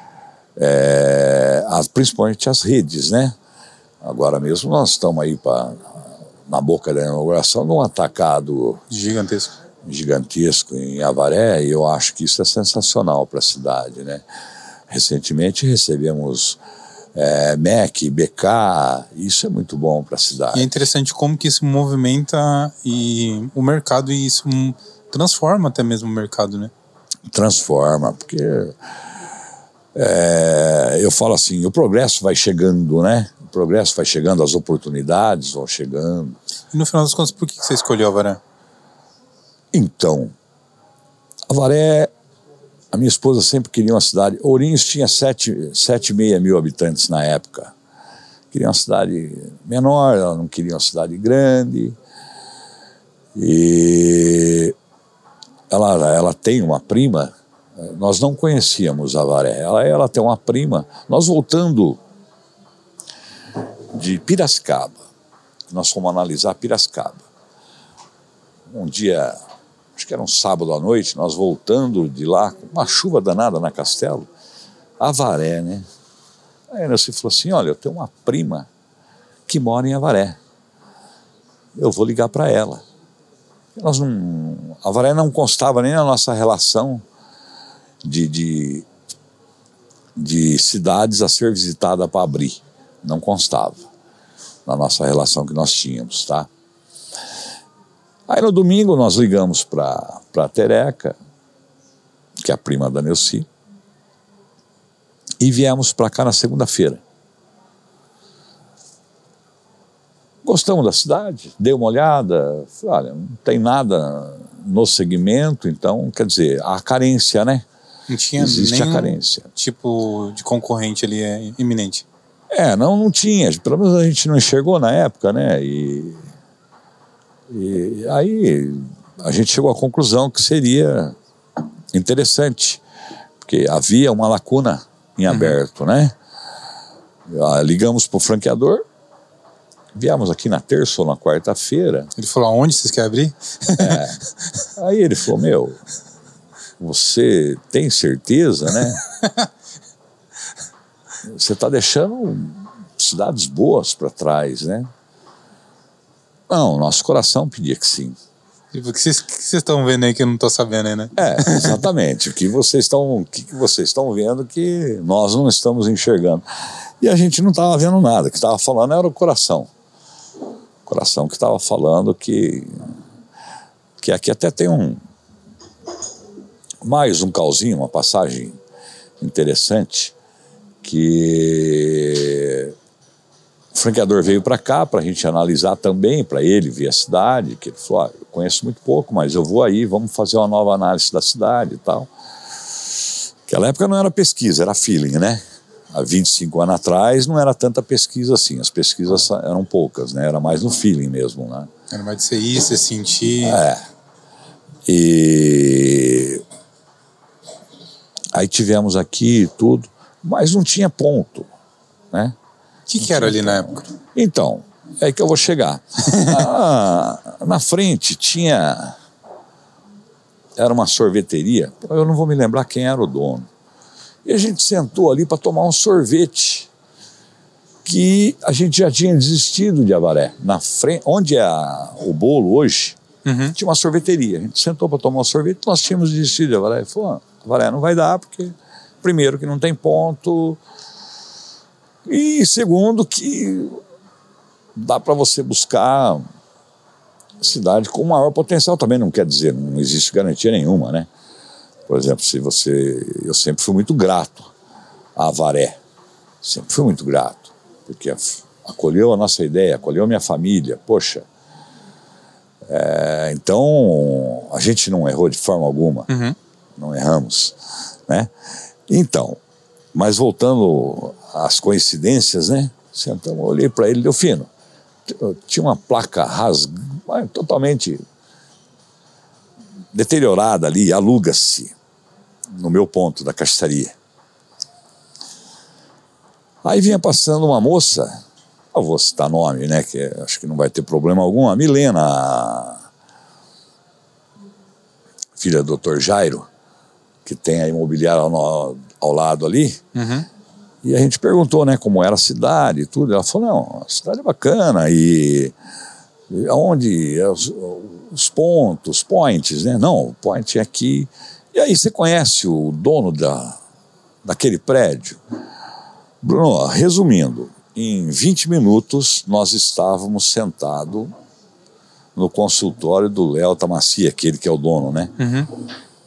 é, as, principalmente as redes, né? Agora mesmo nós estamos aí pra, na boca da inauguração de um atacado gigantesco. gigantesco em Avaré, e eu acho que isso é sensacional para a cidade, né? Recentemente recebemos É, M E C, B K, isso é muito bom para a cidade. E é interessante como que isso movimenta e o mercado, e isso transforma até mesmo o mercado, né? Transforma, porque é, eu falo assim, o progresso vai chegando, né? O progresso vai chegando, as oportunidades vão chegando. E no final das contas, por que você escolheu Avaré? Então, Avaré, a minha esposa sempre queria uma cidade... Ourinhos tinha sete, sete e meia mil habitantes na época. Queria uma cidade menor, ela não queria uma cidade grande. E ela, ela tem uma prima, nós não conhecíamos Avaré, ela, ela tem uma prima. Nós voltando de Piracicaba, nós fomos analisar Piracicaba. Um dia... acho que era um sábado à noite, nós voltando de lá, com uma chuva danada na Castelo, Avaré, né? Aí você falou assim, olha, eu tenho uma prima que mora em Avaré, eu vou ligar para ela. Nós não, Avaré não constava nem na nossa relação de, de, de cidades a ser visitada para abrir, não constava na nossa relação que nós tínhamos, tá? Aí no domingo nós ligamos para a Tereca, que é a prima da Neuci, e viemos para cá na segunda-feira. Gostamos da cidade, dei uma olhada, falei, olha, não tem nada no segmento, então, quer dizer, a carência, né? Não tinha Existe nenhum a carência. Tipo de concorrente ali é iminente. É, não, não tinha. Pelo menos a gente não enxergou na época, né? E, e aí a gente chegou à conclusão que seria interessante, porque havia uma lacuna em aberto, uhum. né? Ligamos para o franqueador, viemos aqui na terça ou na quarta-feira. Ele falou, aonde vocês querem abrir? É. Aí ele falou, meu, você tem certeza, né? Você está deixando cidades boas para trás, né? Não, nosso coração pedia que sim. E o que vocês estão vendo aí que eu não estou sabendo aí, né? É, exatamente. O que vocês estão que que vocês estão vendo que nós não estamos enxergando. E a gente não estava vendo nada. O que estava falando era o coração. O coração que estava falando que, que aqui até tem um mais um causinho, uma passagem interessante, que o franqueador veio para cá para a gente analisar também, para ele ver a cidade, que ele falou, ah, eu conheço muito pouco, mas eu vou aí, vamos fazer uma nova análise da cidade e tal. Naquela época não era pesquisa, era feeling, né? Há vinte e cinco anos atrás não era tanta pesquisa assim, as pesquisas eram poucas, né? Era mais no feeling mesmo, né? Era mais de você ir, você sentir... É. E... aí tivemos aqui tudo, mas não tinha ponto, né? O que, que era ali na época? Então, é aí que eu vou chegar. ah, na frente tinha... era uma sorveteria, eu não vou me lembrar quem era o dono. E a gente sentou ali para tomar um sorvete, que a gente já tinha desistido de Avaré. Na frente, onde é a, o bolo hoje, uhum. tinha uma sorveteria. A gente sentou para tomar um sorvete, nós tínhamos desistido de Avaré. Ele falou, Avaré não vai dar, porque primeiro que não tem ponto, e segundo que dá para você buscar cidade com maior potencial também, não quer dizer, não existe garantia nenhuma, né? Por exemplo, se você... eu sempre fui muito grato a Avaré, sempre fui muito grato, porque acolheu a nossa ideia, acolheu a minha família, poxa. É, então, a gente não errou de forma alguma, uhum. não erramos, né? Então, mas voltando às coincidências, né? Sentamos, olhei para ele, Delfino, tinha uma placa rasgada, totalmente deteriorada ali, aluga-se, no meu ponto da cachaçaria. Aí vinha passando uma moça, eu vou citar nome, né, que acho que não vai ter problema algum, a Milena, filha do doutor Jairo, que tem a imobiliária ao, ao lado ali, uhum. e a gente perguntou, né, como era a cidade e tudo, ela falou, não, a cidade é bacana, e, e aonde, os, os pontos, points, né, não, o point é aqui. E aí você conhece o dono da, daquele prédio? Bruno, resumindo, em vinte minutos nós estávamos sentados no consultório do Léo Tamassi, aquele que é o dono, né? Uhum.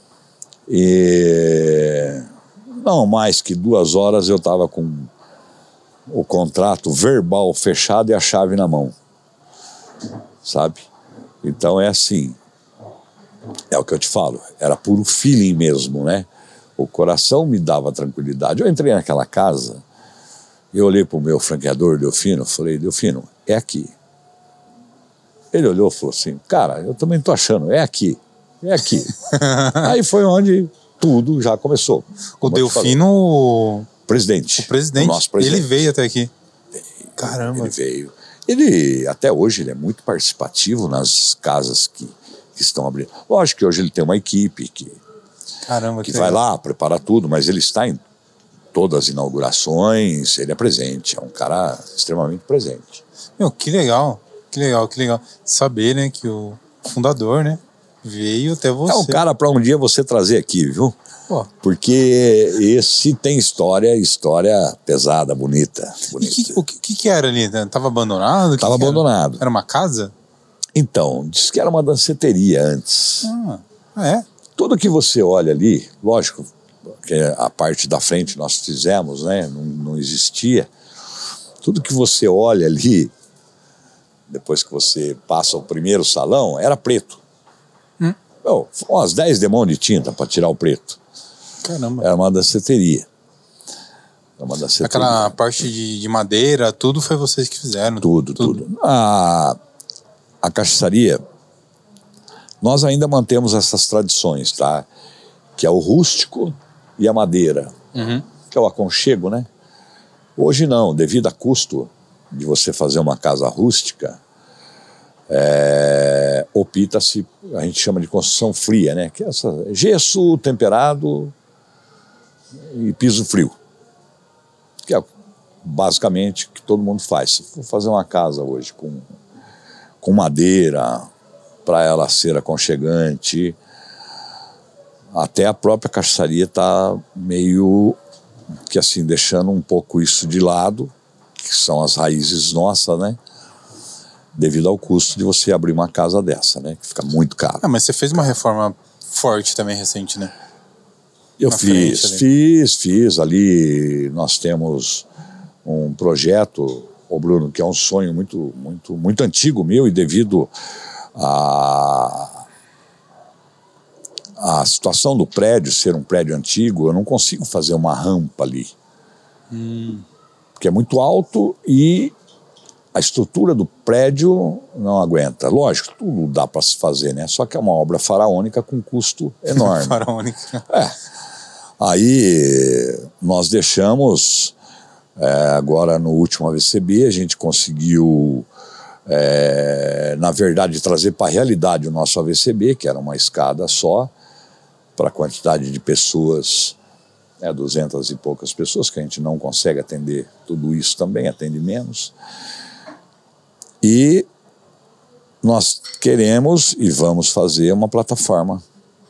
E não mais que duas horas eu estava com o contrato verbal fechado e a chave na mão, sabe? Então é assim... é o que eu te falo, era puro feeling mesmo, né? O coração me dava tranquilidade. Eu entrei naquela casa, eu olhei para o meu franqueador, Delfino, falei, Delfino, é aqui. Ele olhou e falou assim, cara, eu também estou achando, é aqui, é aqui. Aí foi onde tudo já começou. O Delfino... presidente. O presidente, o nosso presidente. Ele veio até aqui. Veio, Caramba. Ele veio. Ele, até hoje, ele é muito participativo nas casas que... que estão abrindo. Lógico que hoje ele tem uma equipe que, Caramba, que, que vai legal. lá, prepara tudo, mas ele está em todas as inaugurações, ele é presente, é um cara extremamente presente. Meu, que legal, que legal, que legal. Saber, né, que o fundador, né, veio até você. É um cara para um dia você trazer aqui, viu? Pô. Porque esse tem história, história pesada, bonita. bonita. E que, o que, que era ali? Tava abandonado? Estava abandonado. Era? era uma casa? Então, diz que era uma danceteria antes. Ah, é? Tudo que você olha ali, lógico, que a parte da frente nós fizemos, né, não, não existia. Tudo que você olha ali, depois que você passa o primeiro salão, era preto. Hum. Bom, umas dez demãos de tinta para tirar o preto. Caramba. Era uma danceteria. Dama da Setúbal. Aquela parte de, de madeira, tudo foi vocês que fizeram? Tudo, tudo. tudo. A, a cachaçaria, nós ainda mantemos essas tradições, tá? Que é o rústico e a madeira, uhum. que é o aconchego, né? Hoje não, devido a custo de você fazer uma casa rústica, é, opta-se, a gente chama de construção fria, né? Que é essa, gesso temperado e piso frio, que é basicamente o que todo mundo faz. Se for fazer uma casa hoje com, com madeira, para ela ser aconchegante, até a própria cachaçaria está meio que assim, deixando um pouco isso de lado, que são as raízes nossas, né? Devido ao custo de você abrir uma casa dessa, né? Que fica muito caro. Ah, mas você fez uma reforma forte também recente, né? Eu Na fiz, fiz, fiz. Ali nós temos um projeto, ô Bruno, que é um sonho muito, muito, muito antigo meu, e devido a, a situação do prédio ser um prédio antigo, eu não consigo fazer uma rampa ali. Hum. Porque é muito alto e a estrutura do prédio não aguenta. Lógico, tudo dá para se fazer, né? Só que é uma obra faraônica com custo enorme. Faraônica. É. Aí nós deixamos, é, agora no último A V C B, a gente conseguiu, é, na verdade, trazer para a realidade o nosso A V C B, que era uma escada só, para a quantidade de pessoas, é, duzentas e poucas pessoas, que a gente não consegue atender tudo isso também, atende menos. E nós queremos e vamos fazer uma plataforma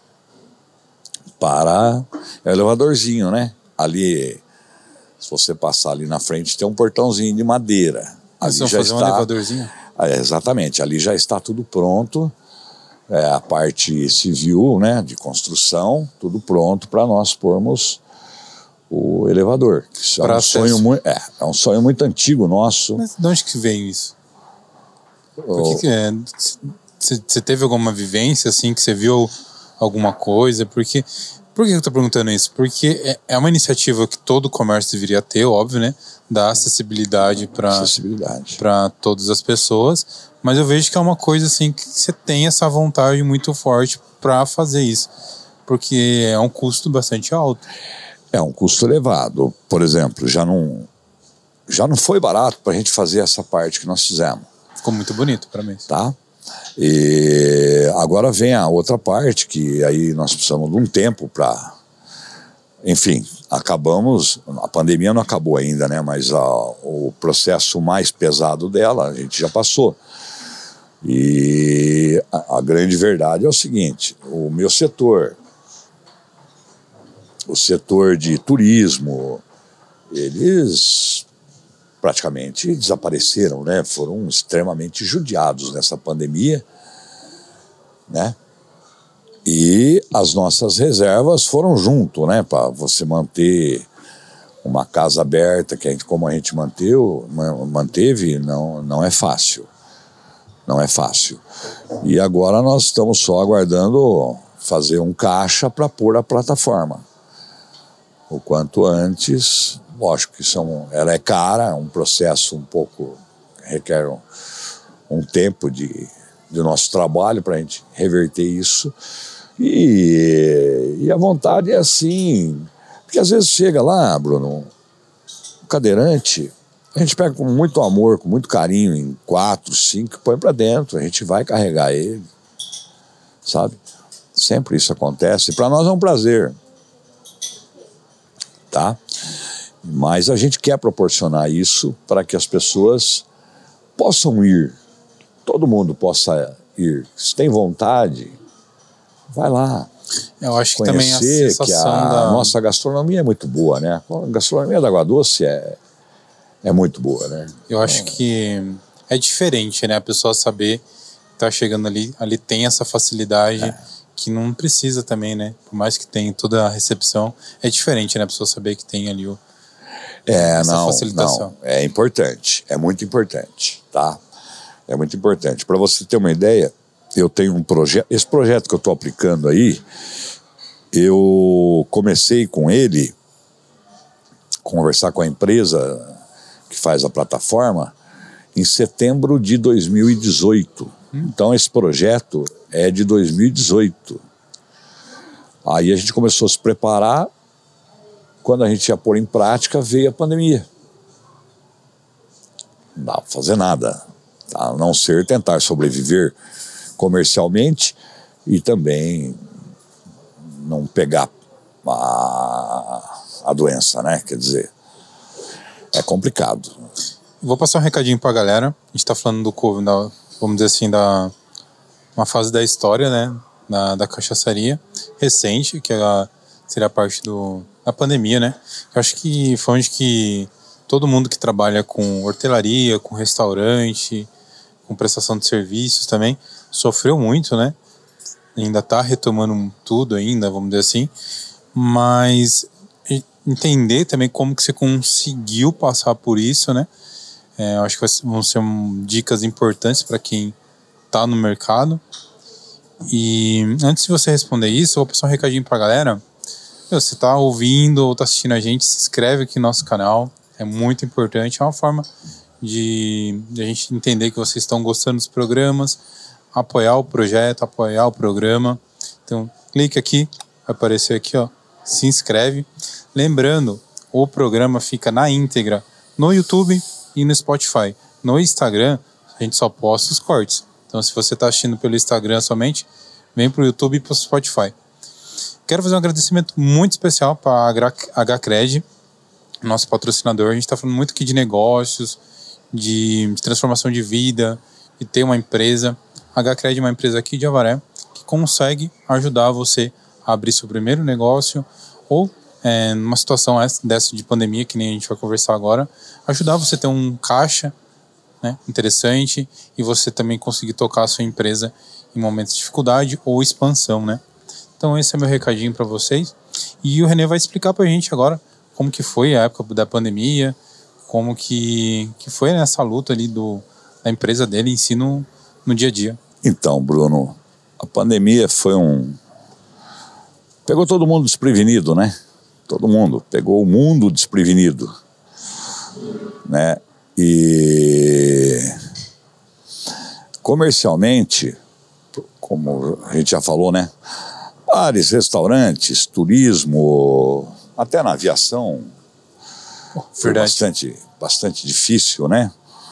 para é um elevadorzinho, né? Ali, se você passar ali na frente, tem um portãozinho de madeira. Ali já fazer está, um elevadorzinho? É, exatamente, ali já está tudo pronto, é, a parte civil, né, de construção, tudo pronto para nós pormos o elevador. Isso é um sonho muito, é, é um sonho muito antigo nosso. Mas de onde que veio isso? Por que é? Você teve alguma vivência assim que você viu alguma coisa? Porque por que eu estou perguntando isso? Porque é, é uma iniciativa que todo comércio deveria ter, óbvio, né? Da acessibilidade para para todas as pessoas. Mas eu vejo que é uma coisa assim que você tem essa vontade muito forte para fazer isso, porque é um custo bastante alto. É um custo elevado. Por exemplo, já não já não foi barato para a gente fazer essa parte que nós fizemos. Ficou muito bonito para mim. Tá? E agora vem a outra parte, que aí nós precisamos de um tempo para... Enfim, acabamos... A pandemia não acabou ainda, né? Mas a, o processo mais pesado dela a gente já passou. E a, a grande verdade é o seguinte, o meu setor, o setor de turismo, eles... praticamente desapareceram, né? Foram extremamente judiados nessa pandemia, né? E as nossas reservas foram junto, né? Para você manter uma casa aberta, que a gente, como a gente manteu, manteve, não, não é fácil. Não é fácil. E agora nós estamos só aguardando fazer um caixa para pôr a plataforma. O quanto antes... Lógico que são, ela é cara, é um processo um pouco, requer um, um tempo de, de nosso trabalho para a gente reverter isso. E, e a vontade é assim, porque às vezes chega lá, Bruno, o cadeirante, a gente pega com muito amor, com muito carinho, em quatro, cinco, põe para dentro, a gente vai carregar ele, sabe? Sempre isso acontece, e para nós é um prazer, tá? Mas a gente quer proporcionar isso para que as pessoas possam ir, todo mundo possa ir. Se tem vontade, vai lá. Eu acho que conhecer, também a sensação que a da... nossa gastronomia é muito boa, né? A gastronomia da Água Doce é, é muito boa, né? Eu acho então, que é diferente, né? A pessoa saber que tá chegando ali, ali tem essa facilidade... É. Que não precisa também, né? Por mais que tenha toda a recepção, é diferente, né? A pessoa saber que tem ali o... É, essa não, facilitação. Não, é importante, é muito importante, tá? É muito importante. Para você ter uma ideia, eu tenho um projeto, esse projeto que eu estou aplicando aí, eu comecei com ele conversar com a empresa que faz a plataforma em setembro de dois mil e dezoito. Hum. Então esse projeto é de dois mil e dezoito. Aí a gente começou a se preparar. Quando a gente ia pôr em prática, veio a pandemia. Não dá para fazer nada, a não ser tentar sobreviver comercialmente e também não pegar a, a doença, né? Quer dizer, é complicado. Vou passar um recadinho para a galera. A gente está falando do Covid, da, vamos dizer assim, da uma fase da história, né? Da, da cachaçaria recente, que é a, seria a parte do, da pandemia, né? Eu acho que foi onde que todo mundo que trabalha com hortelaria, com restaurante, com prestação de serviços também, sofreu muito, né? Ainda está retomando tudo ainda, vamos dizer assim. Mas entender também como que você conseguiu passar por isso, né? É, eu acho que vão ser um, dicas importantes para quem está no mercado. E antes de você responder isso, eu vou passar um recadinho para a galera. Você está ouvindo ou está assistindo a gente, se inscreve aqui no nosso canal. É muito importante. É uma forma de, de a gente entender que vocês estão gostando dos programas, apoiar o projeto, apoiar o programa. Então, clique aqui, vai aparecer aqui, ó, se inscreve. Lembrando, o programa fica na íntegra no YouTube e no Spotify. No Instagram, a gente só posta os cortes. Então, se você está assistindo pelo Instagram somente, vem para o YouTube e para o Spotify. Quero fazer um agradecimento muito especial para a HCred, nosso patrocinador. A gente está falando muito aqui de negócios, de, de transformação de vida, de ter uma empresa. A HCred é uma empresa aqui de Avaré que consegue ajudar você a abrir seu primeiro negócio ou, é, numa situação dessa de pandemia, que nem a gente vai conversar agora, ajudar você a ter um caixa, né, interessante, e você também conseguir tocar a sua empresa em momentos de dificuldade ou expansão, né? Então esse é meu recadinho para vocês. E o René vai explicar para a gente agora como que foi a época da pandemia, como que, que foi essa luta ali do, da empresa dele em si no, no dia a dia. Então, Bruno, a pandemia foi um... Pegou todo mundo desprevenido, né? Todo mundo. Pegou o mundo desprevenido, né? E comercialmente, como a gente já falou, né? Bares, restaurantes, turismo, até na aviação, foi bastante, bastante difícil, né?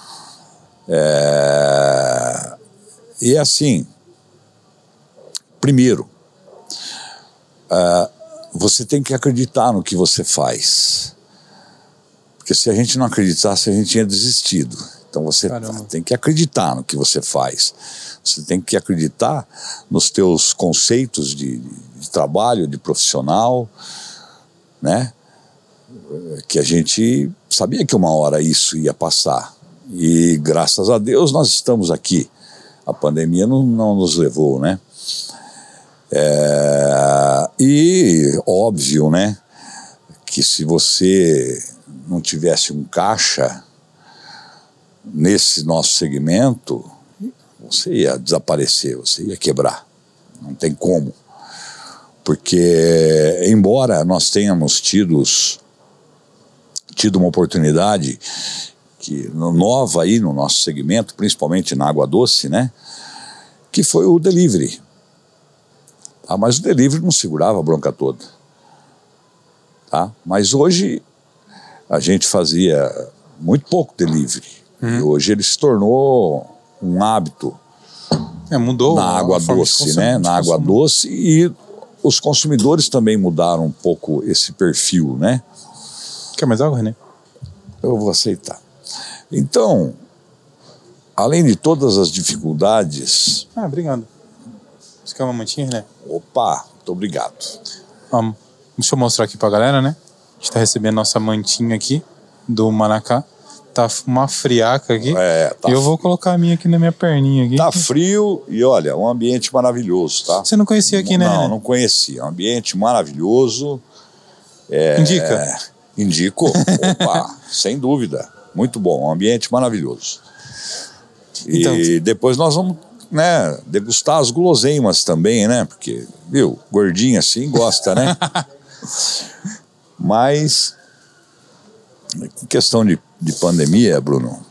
É... E assim, primeiro, uh, você tem que acreditar no que você faz. Porque se a gente não acreditasse, a gente tinha desistido. Então você Caramba. tem que acreditar no que você faz. Você tem que acreditar nos teus conceitos de, de trabalho, de profissional, né? Que a gente sabia que uma hora isso ia passar. E graças a Deus nós estamos aqui. A pandemia não, não nos levou, né? É, e óbvio, né? Que se você não tivesse um caixa nesse nosso segmento, você ia desaparecer, você ia quebrar. Não tem como. Porque, embora nós tenhamos tido, tido uma oportunidade que, nova aí no nosso segmento, principalmente na água doce, né? Que foi o delivery. Ah, mas o delivery não segurava a bronca toda. Tá? Mas hoje a gente fazia muito pouco delivery. Hum. E hoje ele se tornou um hábito. É, mudou na água doce, né? Na água doce, e os consumidores também mudaram um pouco esse perfil, né? Quer mais água, René? Eu vou aceitar. Então, além de todas as dificuldades... Ah, obrigado. Você quer uma mantinha, René? Opa, muito obrigado. Um, deixa eu mostrar aqui pra galera, né? A gente tá recebendo nossa mantinha aqui do Manacá. Tá uma friaca aqui. É, tá. E eu vou colocar a minha aqui na minha perninha aqui. Tá frio e olha, um ambiente maravilhoso, tá? Você não conhecia aqui, né? Não, não conhecia. Um ambiente maravilhoso. É, Indica? É, indico. Opa, sem dúvida. Muito bom, um ambiente maravilhoso. E então, depois nós vamos, né, degustar as guloseimas também, né? Porque, viu, gordinho assim gosta, né? Mas Em questão de, de pandemia, Bruno,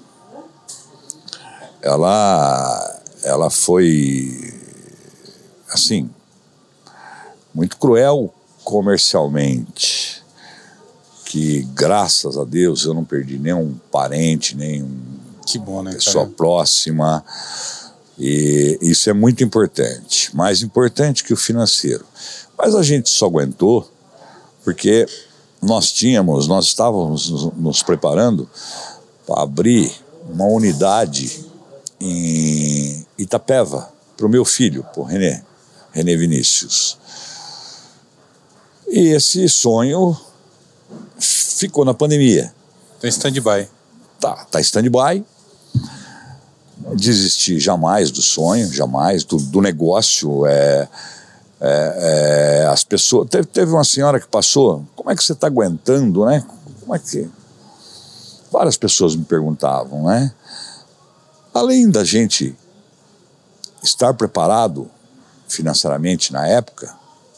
ela, ela foi, assim, muito cruel comercialmente, que graças a Deus eu não perdi nenhum parente, nenhum Que bom, né, pessoa cara? próxima, e isso é muito importante, mais importante que o financeiro. Mas a gente só aguentou porque nós tínhamos, nós estávamos nos, nos preparando para abrir uma unidade em Itapeva para o meu filho, para o René, René Vinícius. E esse sonho ficou na pandemia. Então, stand-by. Tá, tá stand-by. Desistir jamais do sonho, jamais, do, do negócio. É, é, é, as pessoas. Teve, teve uma senhora que passou, como é que você está aguentando, né? Como é que. Várias pessoas me perguntavam, né? Além da gente estar preparado financeiramente na época,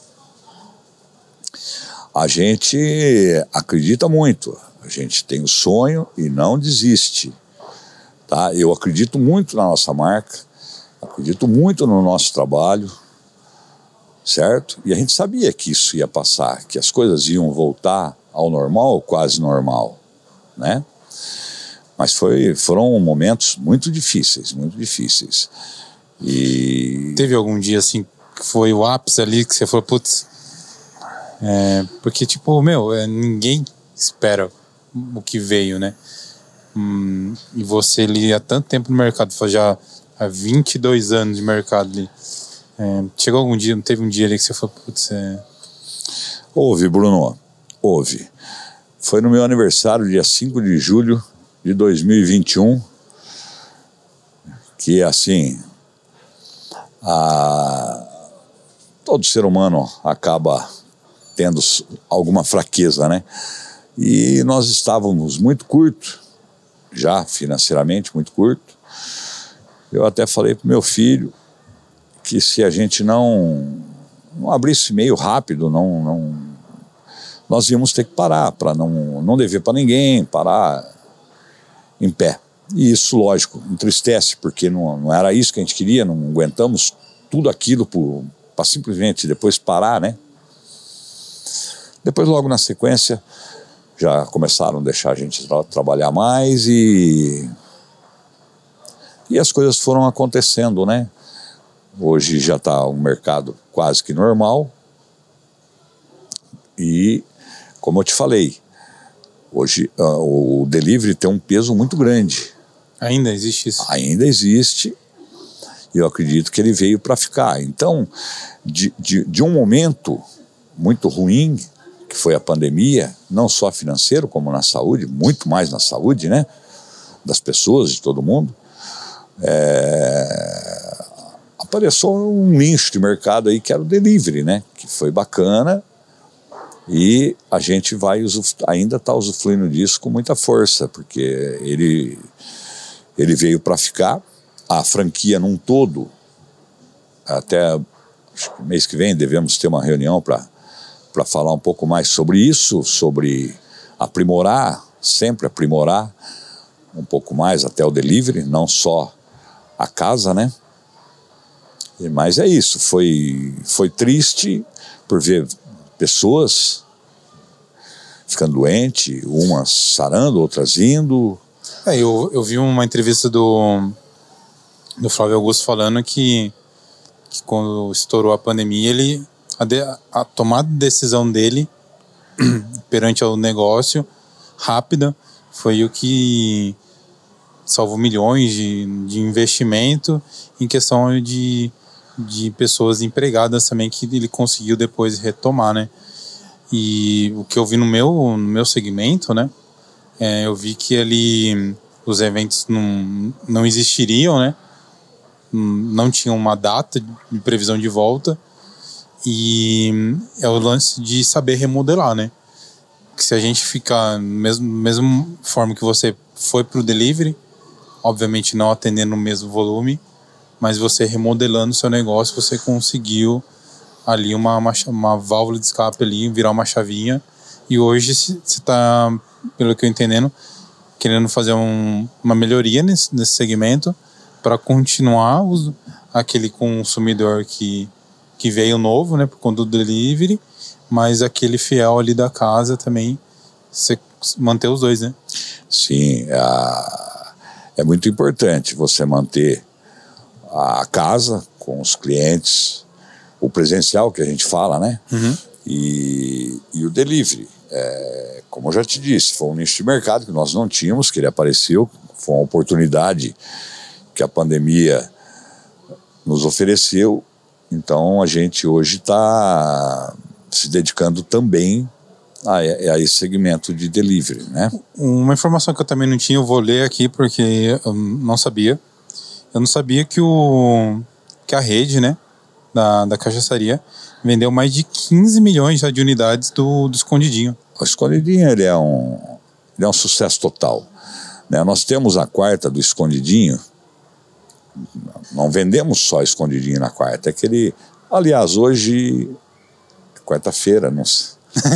a gente acredita muito, a gente tem o sonho e não desiste, tá? Eu acredito muito na nossa marca, acredito muito no nosso trabalho, certo? E a gente sabia que isso ia passar, que as coisas iam voltar ao normal, quase normal, né? Mas foi, foram momentos muito difíceis, muito difíceis. E Teve algum dia, assim, que foi o ápice ali, que você falou, putz... É, porque, tipo, meu, é, ninguém espera o que veio, né? Hum, e você ali há tanto tempo no mercado, já há vinte e dois anos de mercado ali. É, chegou algum dia, não teve um dia ali que você falou, putz, é... Houve, Bruno, houve. Foi no meu aniversário, dia cinco de julho de dois mil e vinte e um, que, assim, a... todo ser humano acaba tendo alguma fraqueza, né? E nós estávamos muito curto, já financeiramente muito curto. Eu até falei para o meu filho que se a gente não, não abrisse meio rápido, não, não, nós íamos ter que parar, para não, não dever para ninguém, parar em pé. E isso, lógico, entristece, porque não, não era isso que a gente queria, não aguentamos tudo aquilo para simplesmente depois parar, né? Depois, logo na sequência, já começaram a deixar a gente tra- trabalhar mais e, e as coisas foram acontecendo, né? Hoje já está um mercado quase que normal e, como eu te falei, hoje uh, o delivery tem um peso muito grande. Ainda existe isso? Ainda existe e eu acredito que ele veio para ficar. Então, de, de, de um momento muito ruim, que foi a pandemia, não só financeiro como na saúde, muito mais na saúde, né, das pessoas, de todo mundo, é... apareceu um nicho de mercado aí que era o delivery, né, que foi bacana e a gente vai usuf... ainda está usufruindo disso com muita força, porque ele, ele veio para ficar, a franquia num todo, até acho que mês que vem devemos ter uma reunião para para falar um pouco mais sobre isso, sobre aprimorar, sempre aprimorar um pouco mais até o delivery, não só a casa, né? Mas é isso, foi, foi triste por ver pessoas ficando doentes, umas sarando, outras indo. É, eu, eu vi uma entrevista do, do Flávio Augusto falando que, que quando estourou a pandemia, ele... A, de, a tomada de decisão dele perante ao negócio rápida foi o que salvou milhões de, de investimento em questão de, de pessoas empregadas também que ele conseguiu depois retomar, né? E o que eu vi no meu, no meu segmento, né? É, eu vi que ali os eventos não, não existiriam, né? Não tinham uma data de previsão de volta. E é o lance de saber remodelar, né? Que se a gente ficar mesmo mesma forma que você foi pro delivery, obviamente não atendendo no mesmo volume, mas você remodelando o seu negócio, você conseguiu ali uma, uma, uma válvula de escape ali, virar uma chavinha, e hoje você está pelo que eu entendendo, querendo fazer um, uma melhoria nesse, nesse segmento para continuar os, aquele consumidor que, que veio novo, né, por conta do delivery, mas aquele fiel ali da casa também, você manter os dois, né? Sim, a, é muito importante você manter a casa com os clientes, o presencial que a gente fala, né? Uhum. E, e o delivery. É, como eu já te disse, foi um nicho de mercado que nós não tínhamos, que ele apareceu, foi uma oportunidade que a pandemia nos ofereceu. Então a gente hoje está se dedicando também a, a esse segmento de delivery, né? Uma informação que eu também não tinha, eu vou ler aqui porque eu não sabia. Eu não sabia que, o, que a rede, né, da, da cachaçaria vendeu mais de quinze milhões já de unidades do, do Escondidinho. O Escondidinho ele é, um, ele é um sucesso total, né? Nós temos a quarta do Escondidinho, não vendemos só Escondidinho na quarta, é que ele, aliás, hoje, quarta-feira, não sei.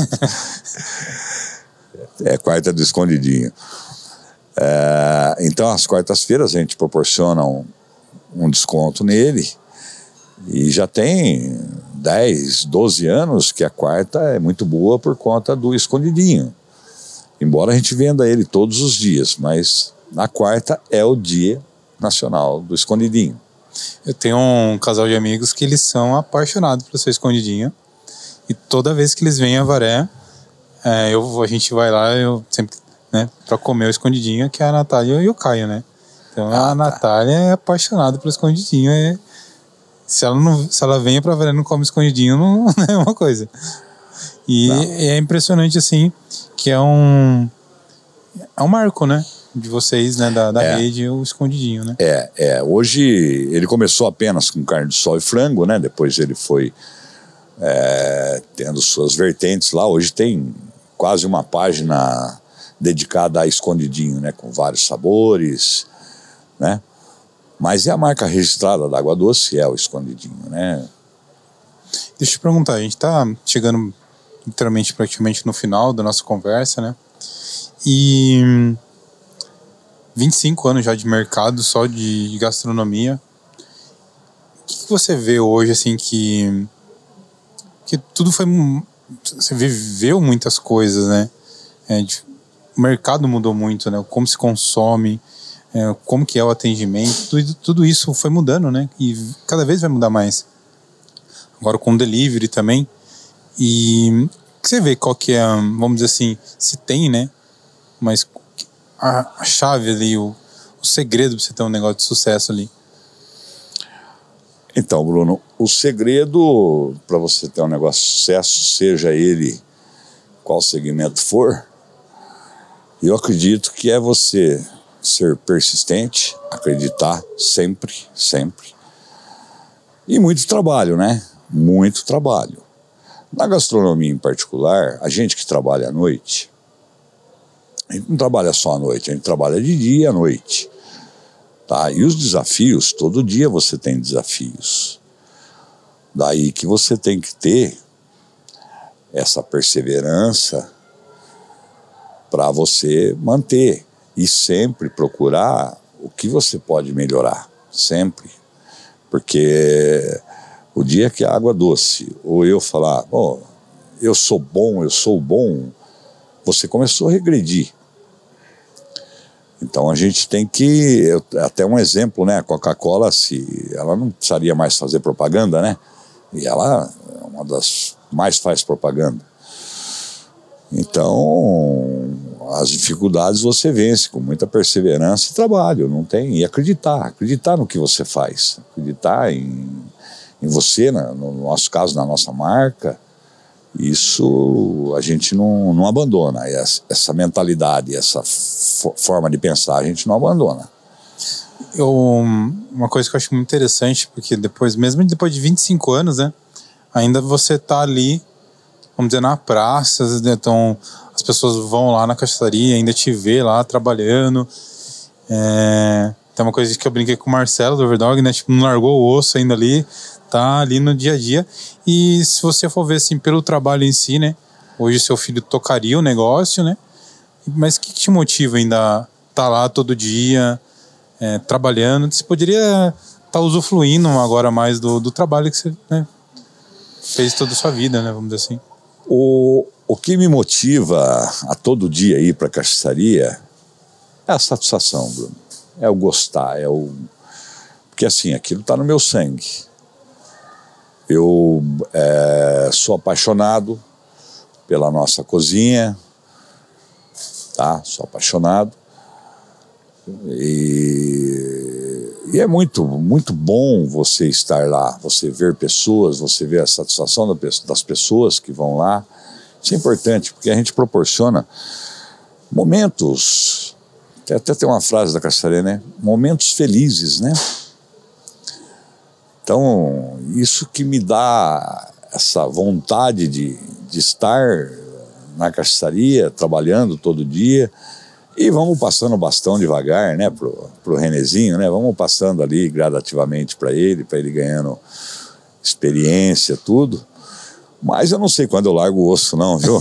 É quarta do Escondidinho. É, então, às quartas-feiras a gente proporciona um, um desconto nele e já tem dez, doze anos que a quarta é muito boa por conta do Escondidinho. Embora a gente venda ele todos os dias, mas na quarta é o dia nacional do Escondidinho. Eu tenho um casal de amigos que eles são apaixonados pelo seu Escondidinho. E toda vez que eles vêm a Avaré, é, eu, a gente vai lá, eu sempre, né, pra comer o Escondidinho, que é a Natália e o Caio, né? Então ah, a tá. Natália é apaixonada pelo Escondidinho. É, se, ela não, se ela vem pra Avaré e não come Escondidinho, não, não é uma coisa. E não. É impressionante, assim, que é um, é um marco, né? De vocês, né? Da, da é. rede, o Escondidinho, né? É, é. Hoje ele começou apenas com carne de sol e frango, né? Depois ele foi É, tendo suas vertentes lá. Hoje tem quase uma página dedicada a Escondidinho, né, com vários sabores, né? Mas é a marca registrada da Água Doce, é o Escondidinho, né? Deixa eu te perguntar, a gente tá chegando literalmente praticamente no final da nossa conversa, né? E vinte e cinco anos já de mercado só de gastronomia. O que, que você vê hoje, assim, que que tudo foi... Você viveu muitas coisas, né? É, de, o mercado mudou muito, né? Como se consome, é, como que é o atendimento, tudo, tudo isso foi mudando, né? E cada vez vai mudar mais. Agora com o delivery também. E você vê qual que é, vamos dizer assim, se tem, né? Mas a, a chave ali, o, o segredo para você ter um negócio de sucesso ali. Então, Bruno, o segredo para você ter um negócio de sucesso, seja ele qual segmento for, eu acredito que é você ser persistente, acreditar sempre, sempre. E muito trabalho, né? Muito trabalho. Na gastronomia em particular, a gente que trabalha à noite, a gente não trabalha só à noite, a gente trabalha de dia e à noite. Tá? E os desafios, todo dia você tem desafios. Daí que você tem que ter essa perseverança para você manter e sempre procurar o que você pode melhorar, sempre. Porque o dia que a Água Doce, ou eu falar, oh, eu sou bom, eu sou bom, você começou a regredir. Então a gente tem que, até um exemplo, né, a Coca-Cola, se ela não precisaria mais fazer propaganda, né, e ela é uma das mais faz propaganda. Então as dificuldades você vence com muita perseverança e trabalho, não tem, e acreditar, acreditar no que você faz, acreditar em, em você, no nosso caso, na nossa marca. Isso a gente não, não abandona, essa, essa mentalidade, essa fo- forma de pensar, a gente não abandona. Eu, uma coisa que eu acho muito interessante, porque depois, mesmo depois de vinte e cinco anos, né, ainda você tá ali, vamos dizer, na praça, então as pessoas vão lá na cachaçaria, ainda te vê lá trabalhando. É, tem uma coisa que eu brinquei com o Marcelo do Overdog, né, tipo, não largou o osso ainda ali, tá ali no dia a dia. E se você for ver assim pelo trabalho em si, né, hoje seu filho tocaria o negócio, né, Mas o que, que te motiva ainda a estar lá todo dia, é, trabalhando? Você poderia estar tá usufruindo agora mais do, do trabalho que você, né, fez toda a sua vida, né, vamos dizer assim. O, o que me motiva a todo dia ir para a cachaçaria é a satisfação, Bruno. É o gostar, é o... Porque assim, aquilo está no meu sangue. Eu é, sou apaixonado pela nossa cozinha, tá? Sou apaixonado. E, e é muito, muito bom você estar lá, você ver pessoas, você ver a satisfação das pessoas que vão lá. Isso é importante, porque a gente proporciona momentos, até tem uma frase da cachaçaria, né? Momentos felizes, né? Então, isso que me dá essa vontade de, de estar na cachaçaria, trabalhando todo dia, e vamos passando o bastão devagar, né, pro, pro Renezinho, né? Vamos passando ali gradativamente para ele, para ele ganhando experiência, tudo. Mas eu não sei quando eu largo o osso, não, viu?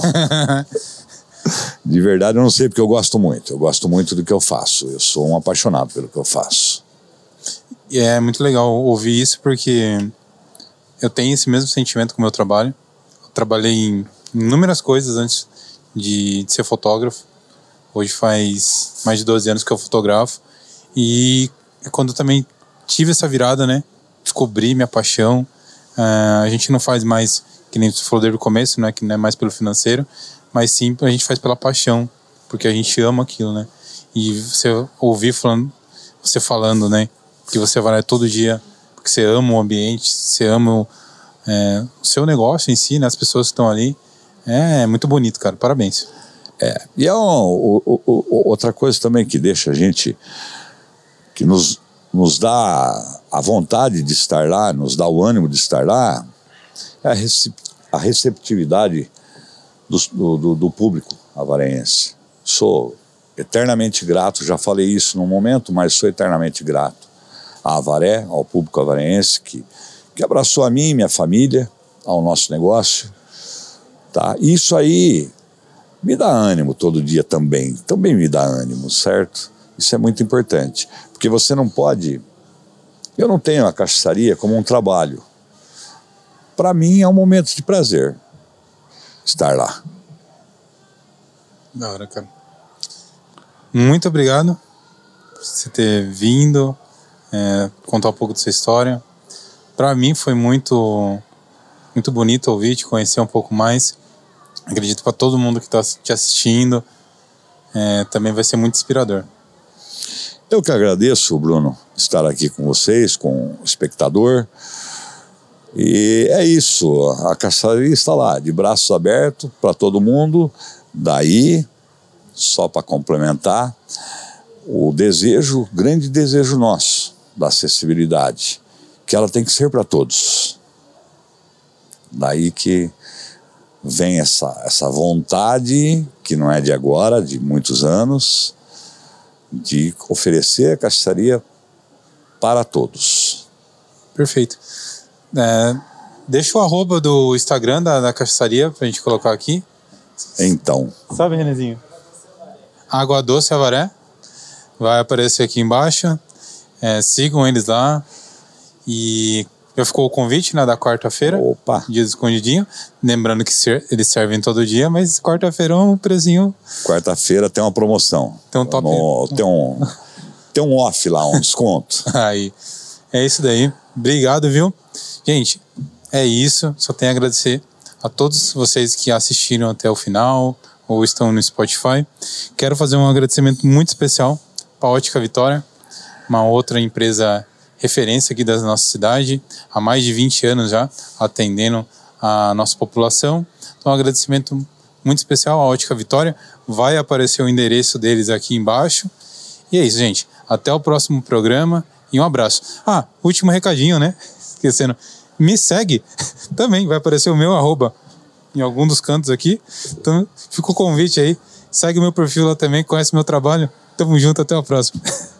De verdade, eu não sei, porque eu gosto muito. Eu gosto muito do que eu faço. Eu sou um apaixonado pelo que eu faço. E é muito legal ouvir isso, porque eu tenho esse mesmo sentimento com o meu trabalho. Eu trabalhei em inúmeras coisas antes de, de ser fotógrafo. Hoje faz mais de doze anos que eu fotografo. E quando eu também tive essa virada, né? Descobri minha paixão. Uh, a gente não faz mais, que nem você falou desde o começo, né? Que não é mais pelo financeiro, mas sim a gente faz pela paixão, porque a gente ama aquilo, né? E você ouvir falando, você falando, né? Que você vai lá todo dia porque você ama o ambiente, você ama é, o seu negócio em si, né? As pessoas que estão ali. É muito bonito, cara. Parabéns. É, e é um, o, o, o, outra coisa também que deixa a gente, que nos, nos dá a vontade de estar lá, nos dá o ânimo de estar lá, é a, recep, a receptividade do, do, do público avarense. Sou eternamente grato, já falei isso num momento, mas sou eternamente grato a Avaré, ao público avarense que, que abraçou a mim e minha família, ao nosso negócio. Tá? Isso aí me dá ânimo todo dia também, também me dá ânimo, certo? Isso é muito importante, porque você não pode... Eu não tenho a cachaçaria como um trabalho. Para mim é um momento de prazer estar lá. Da hora, cara. Muito obrigado por você ter vindo, é, contar um pouco da sua história. Para mim foi muito, muito bonito ouvir, te conhecer um pouco mais. Acredito para todo mundo que está te assistindo, é, também vai ser muito inspirador. Eu que agradeço, Bruno, estar aqui com vocês, com o espectador. E é isso, a cachaçaria está lá, de braços abertos para todo mundo. Daí, só para complementar, o desejo, grande desejo nosso, da acessibilidade, que ela tem que ser para todos. Daí que vem essa, essa vontade, que não é de agora, de muitos anos, de oferecer a cachaçaria para todos. Perfeito. É, deixa o arroba do Instagram da, da cachaçaria pra gente colocar aqui. Então. Sabe, Renezinho? Água Doce Avaré. Vai aparecer aqui embaixo. É, sigam eles lá. E já ficou o convite, né, da quarta-feira. Opa! Dia do Escondidinho. Lembrando que ser, eles servem todo dia, mas quarta-feira é um precinho. Quarta-feira tem uma promoção. Tem um top. No, tem, um, tem um off lá, um desconto. Aí. É isso daí. Obrigado, viu? Gente, é isso. Só tenho a agradecer a todos vocês que assistiram até o final ou estão no Spotify. Quero fazer um agradecimento muito especial para a Ótica Vitória, uma outra empresa referência aqui da nossa cidade, há mais de vinte anos já, atendendo a nossa população. Então, um agradecimento muito especial à Ótica Vitória. Vai aparecer o endereço deles aqui embaixo. E é isso, gente. Até o próximo programa e um abraço. Ah, último recadinho, né? Esquecendo. Me segue também, vai aparecer o meu arroba em algum dos cantos aqui. Então, fica o convite aí. Segue o meu perfil lá também, conhece meu trabalho. Tamo junto, até a próxima.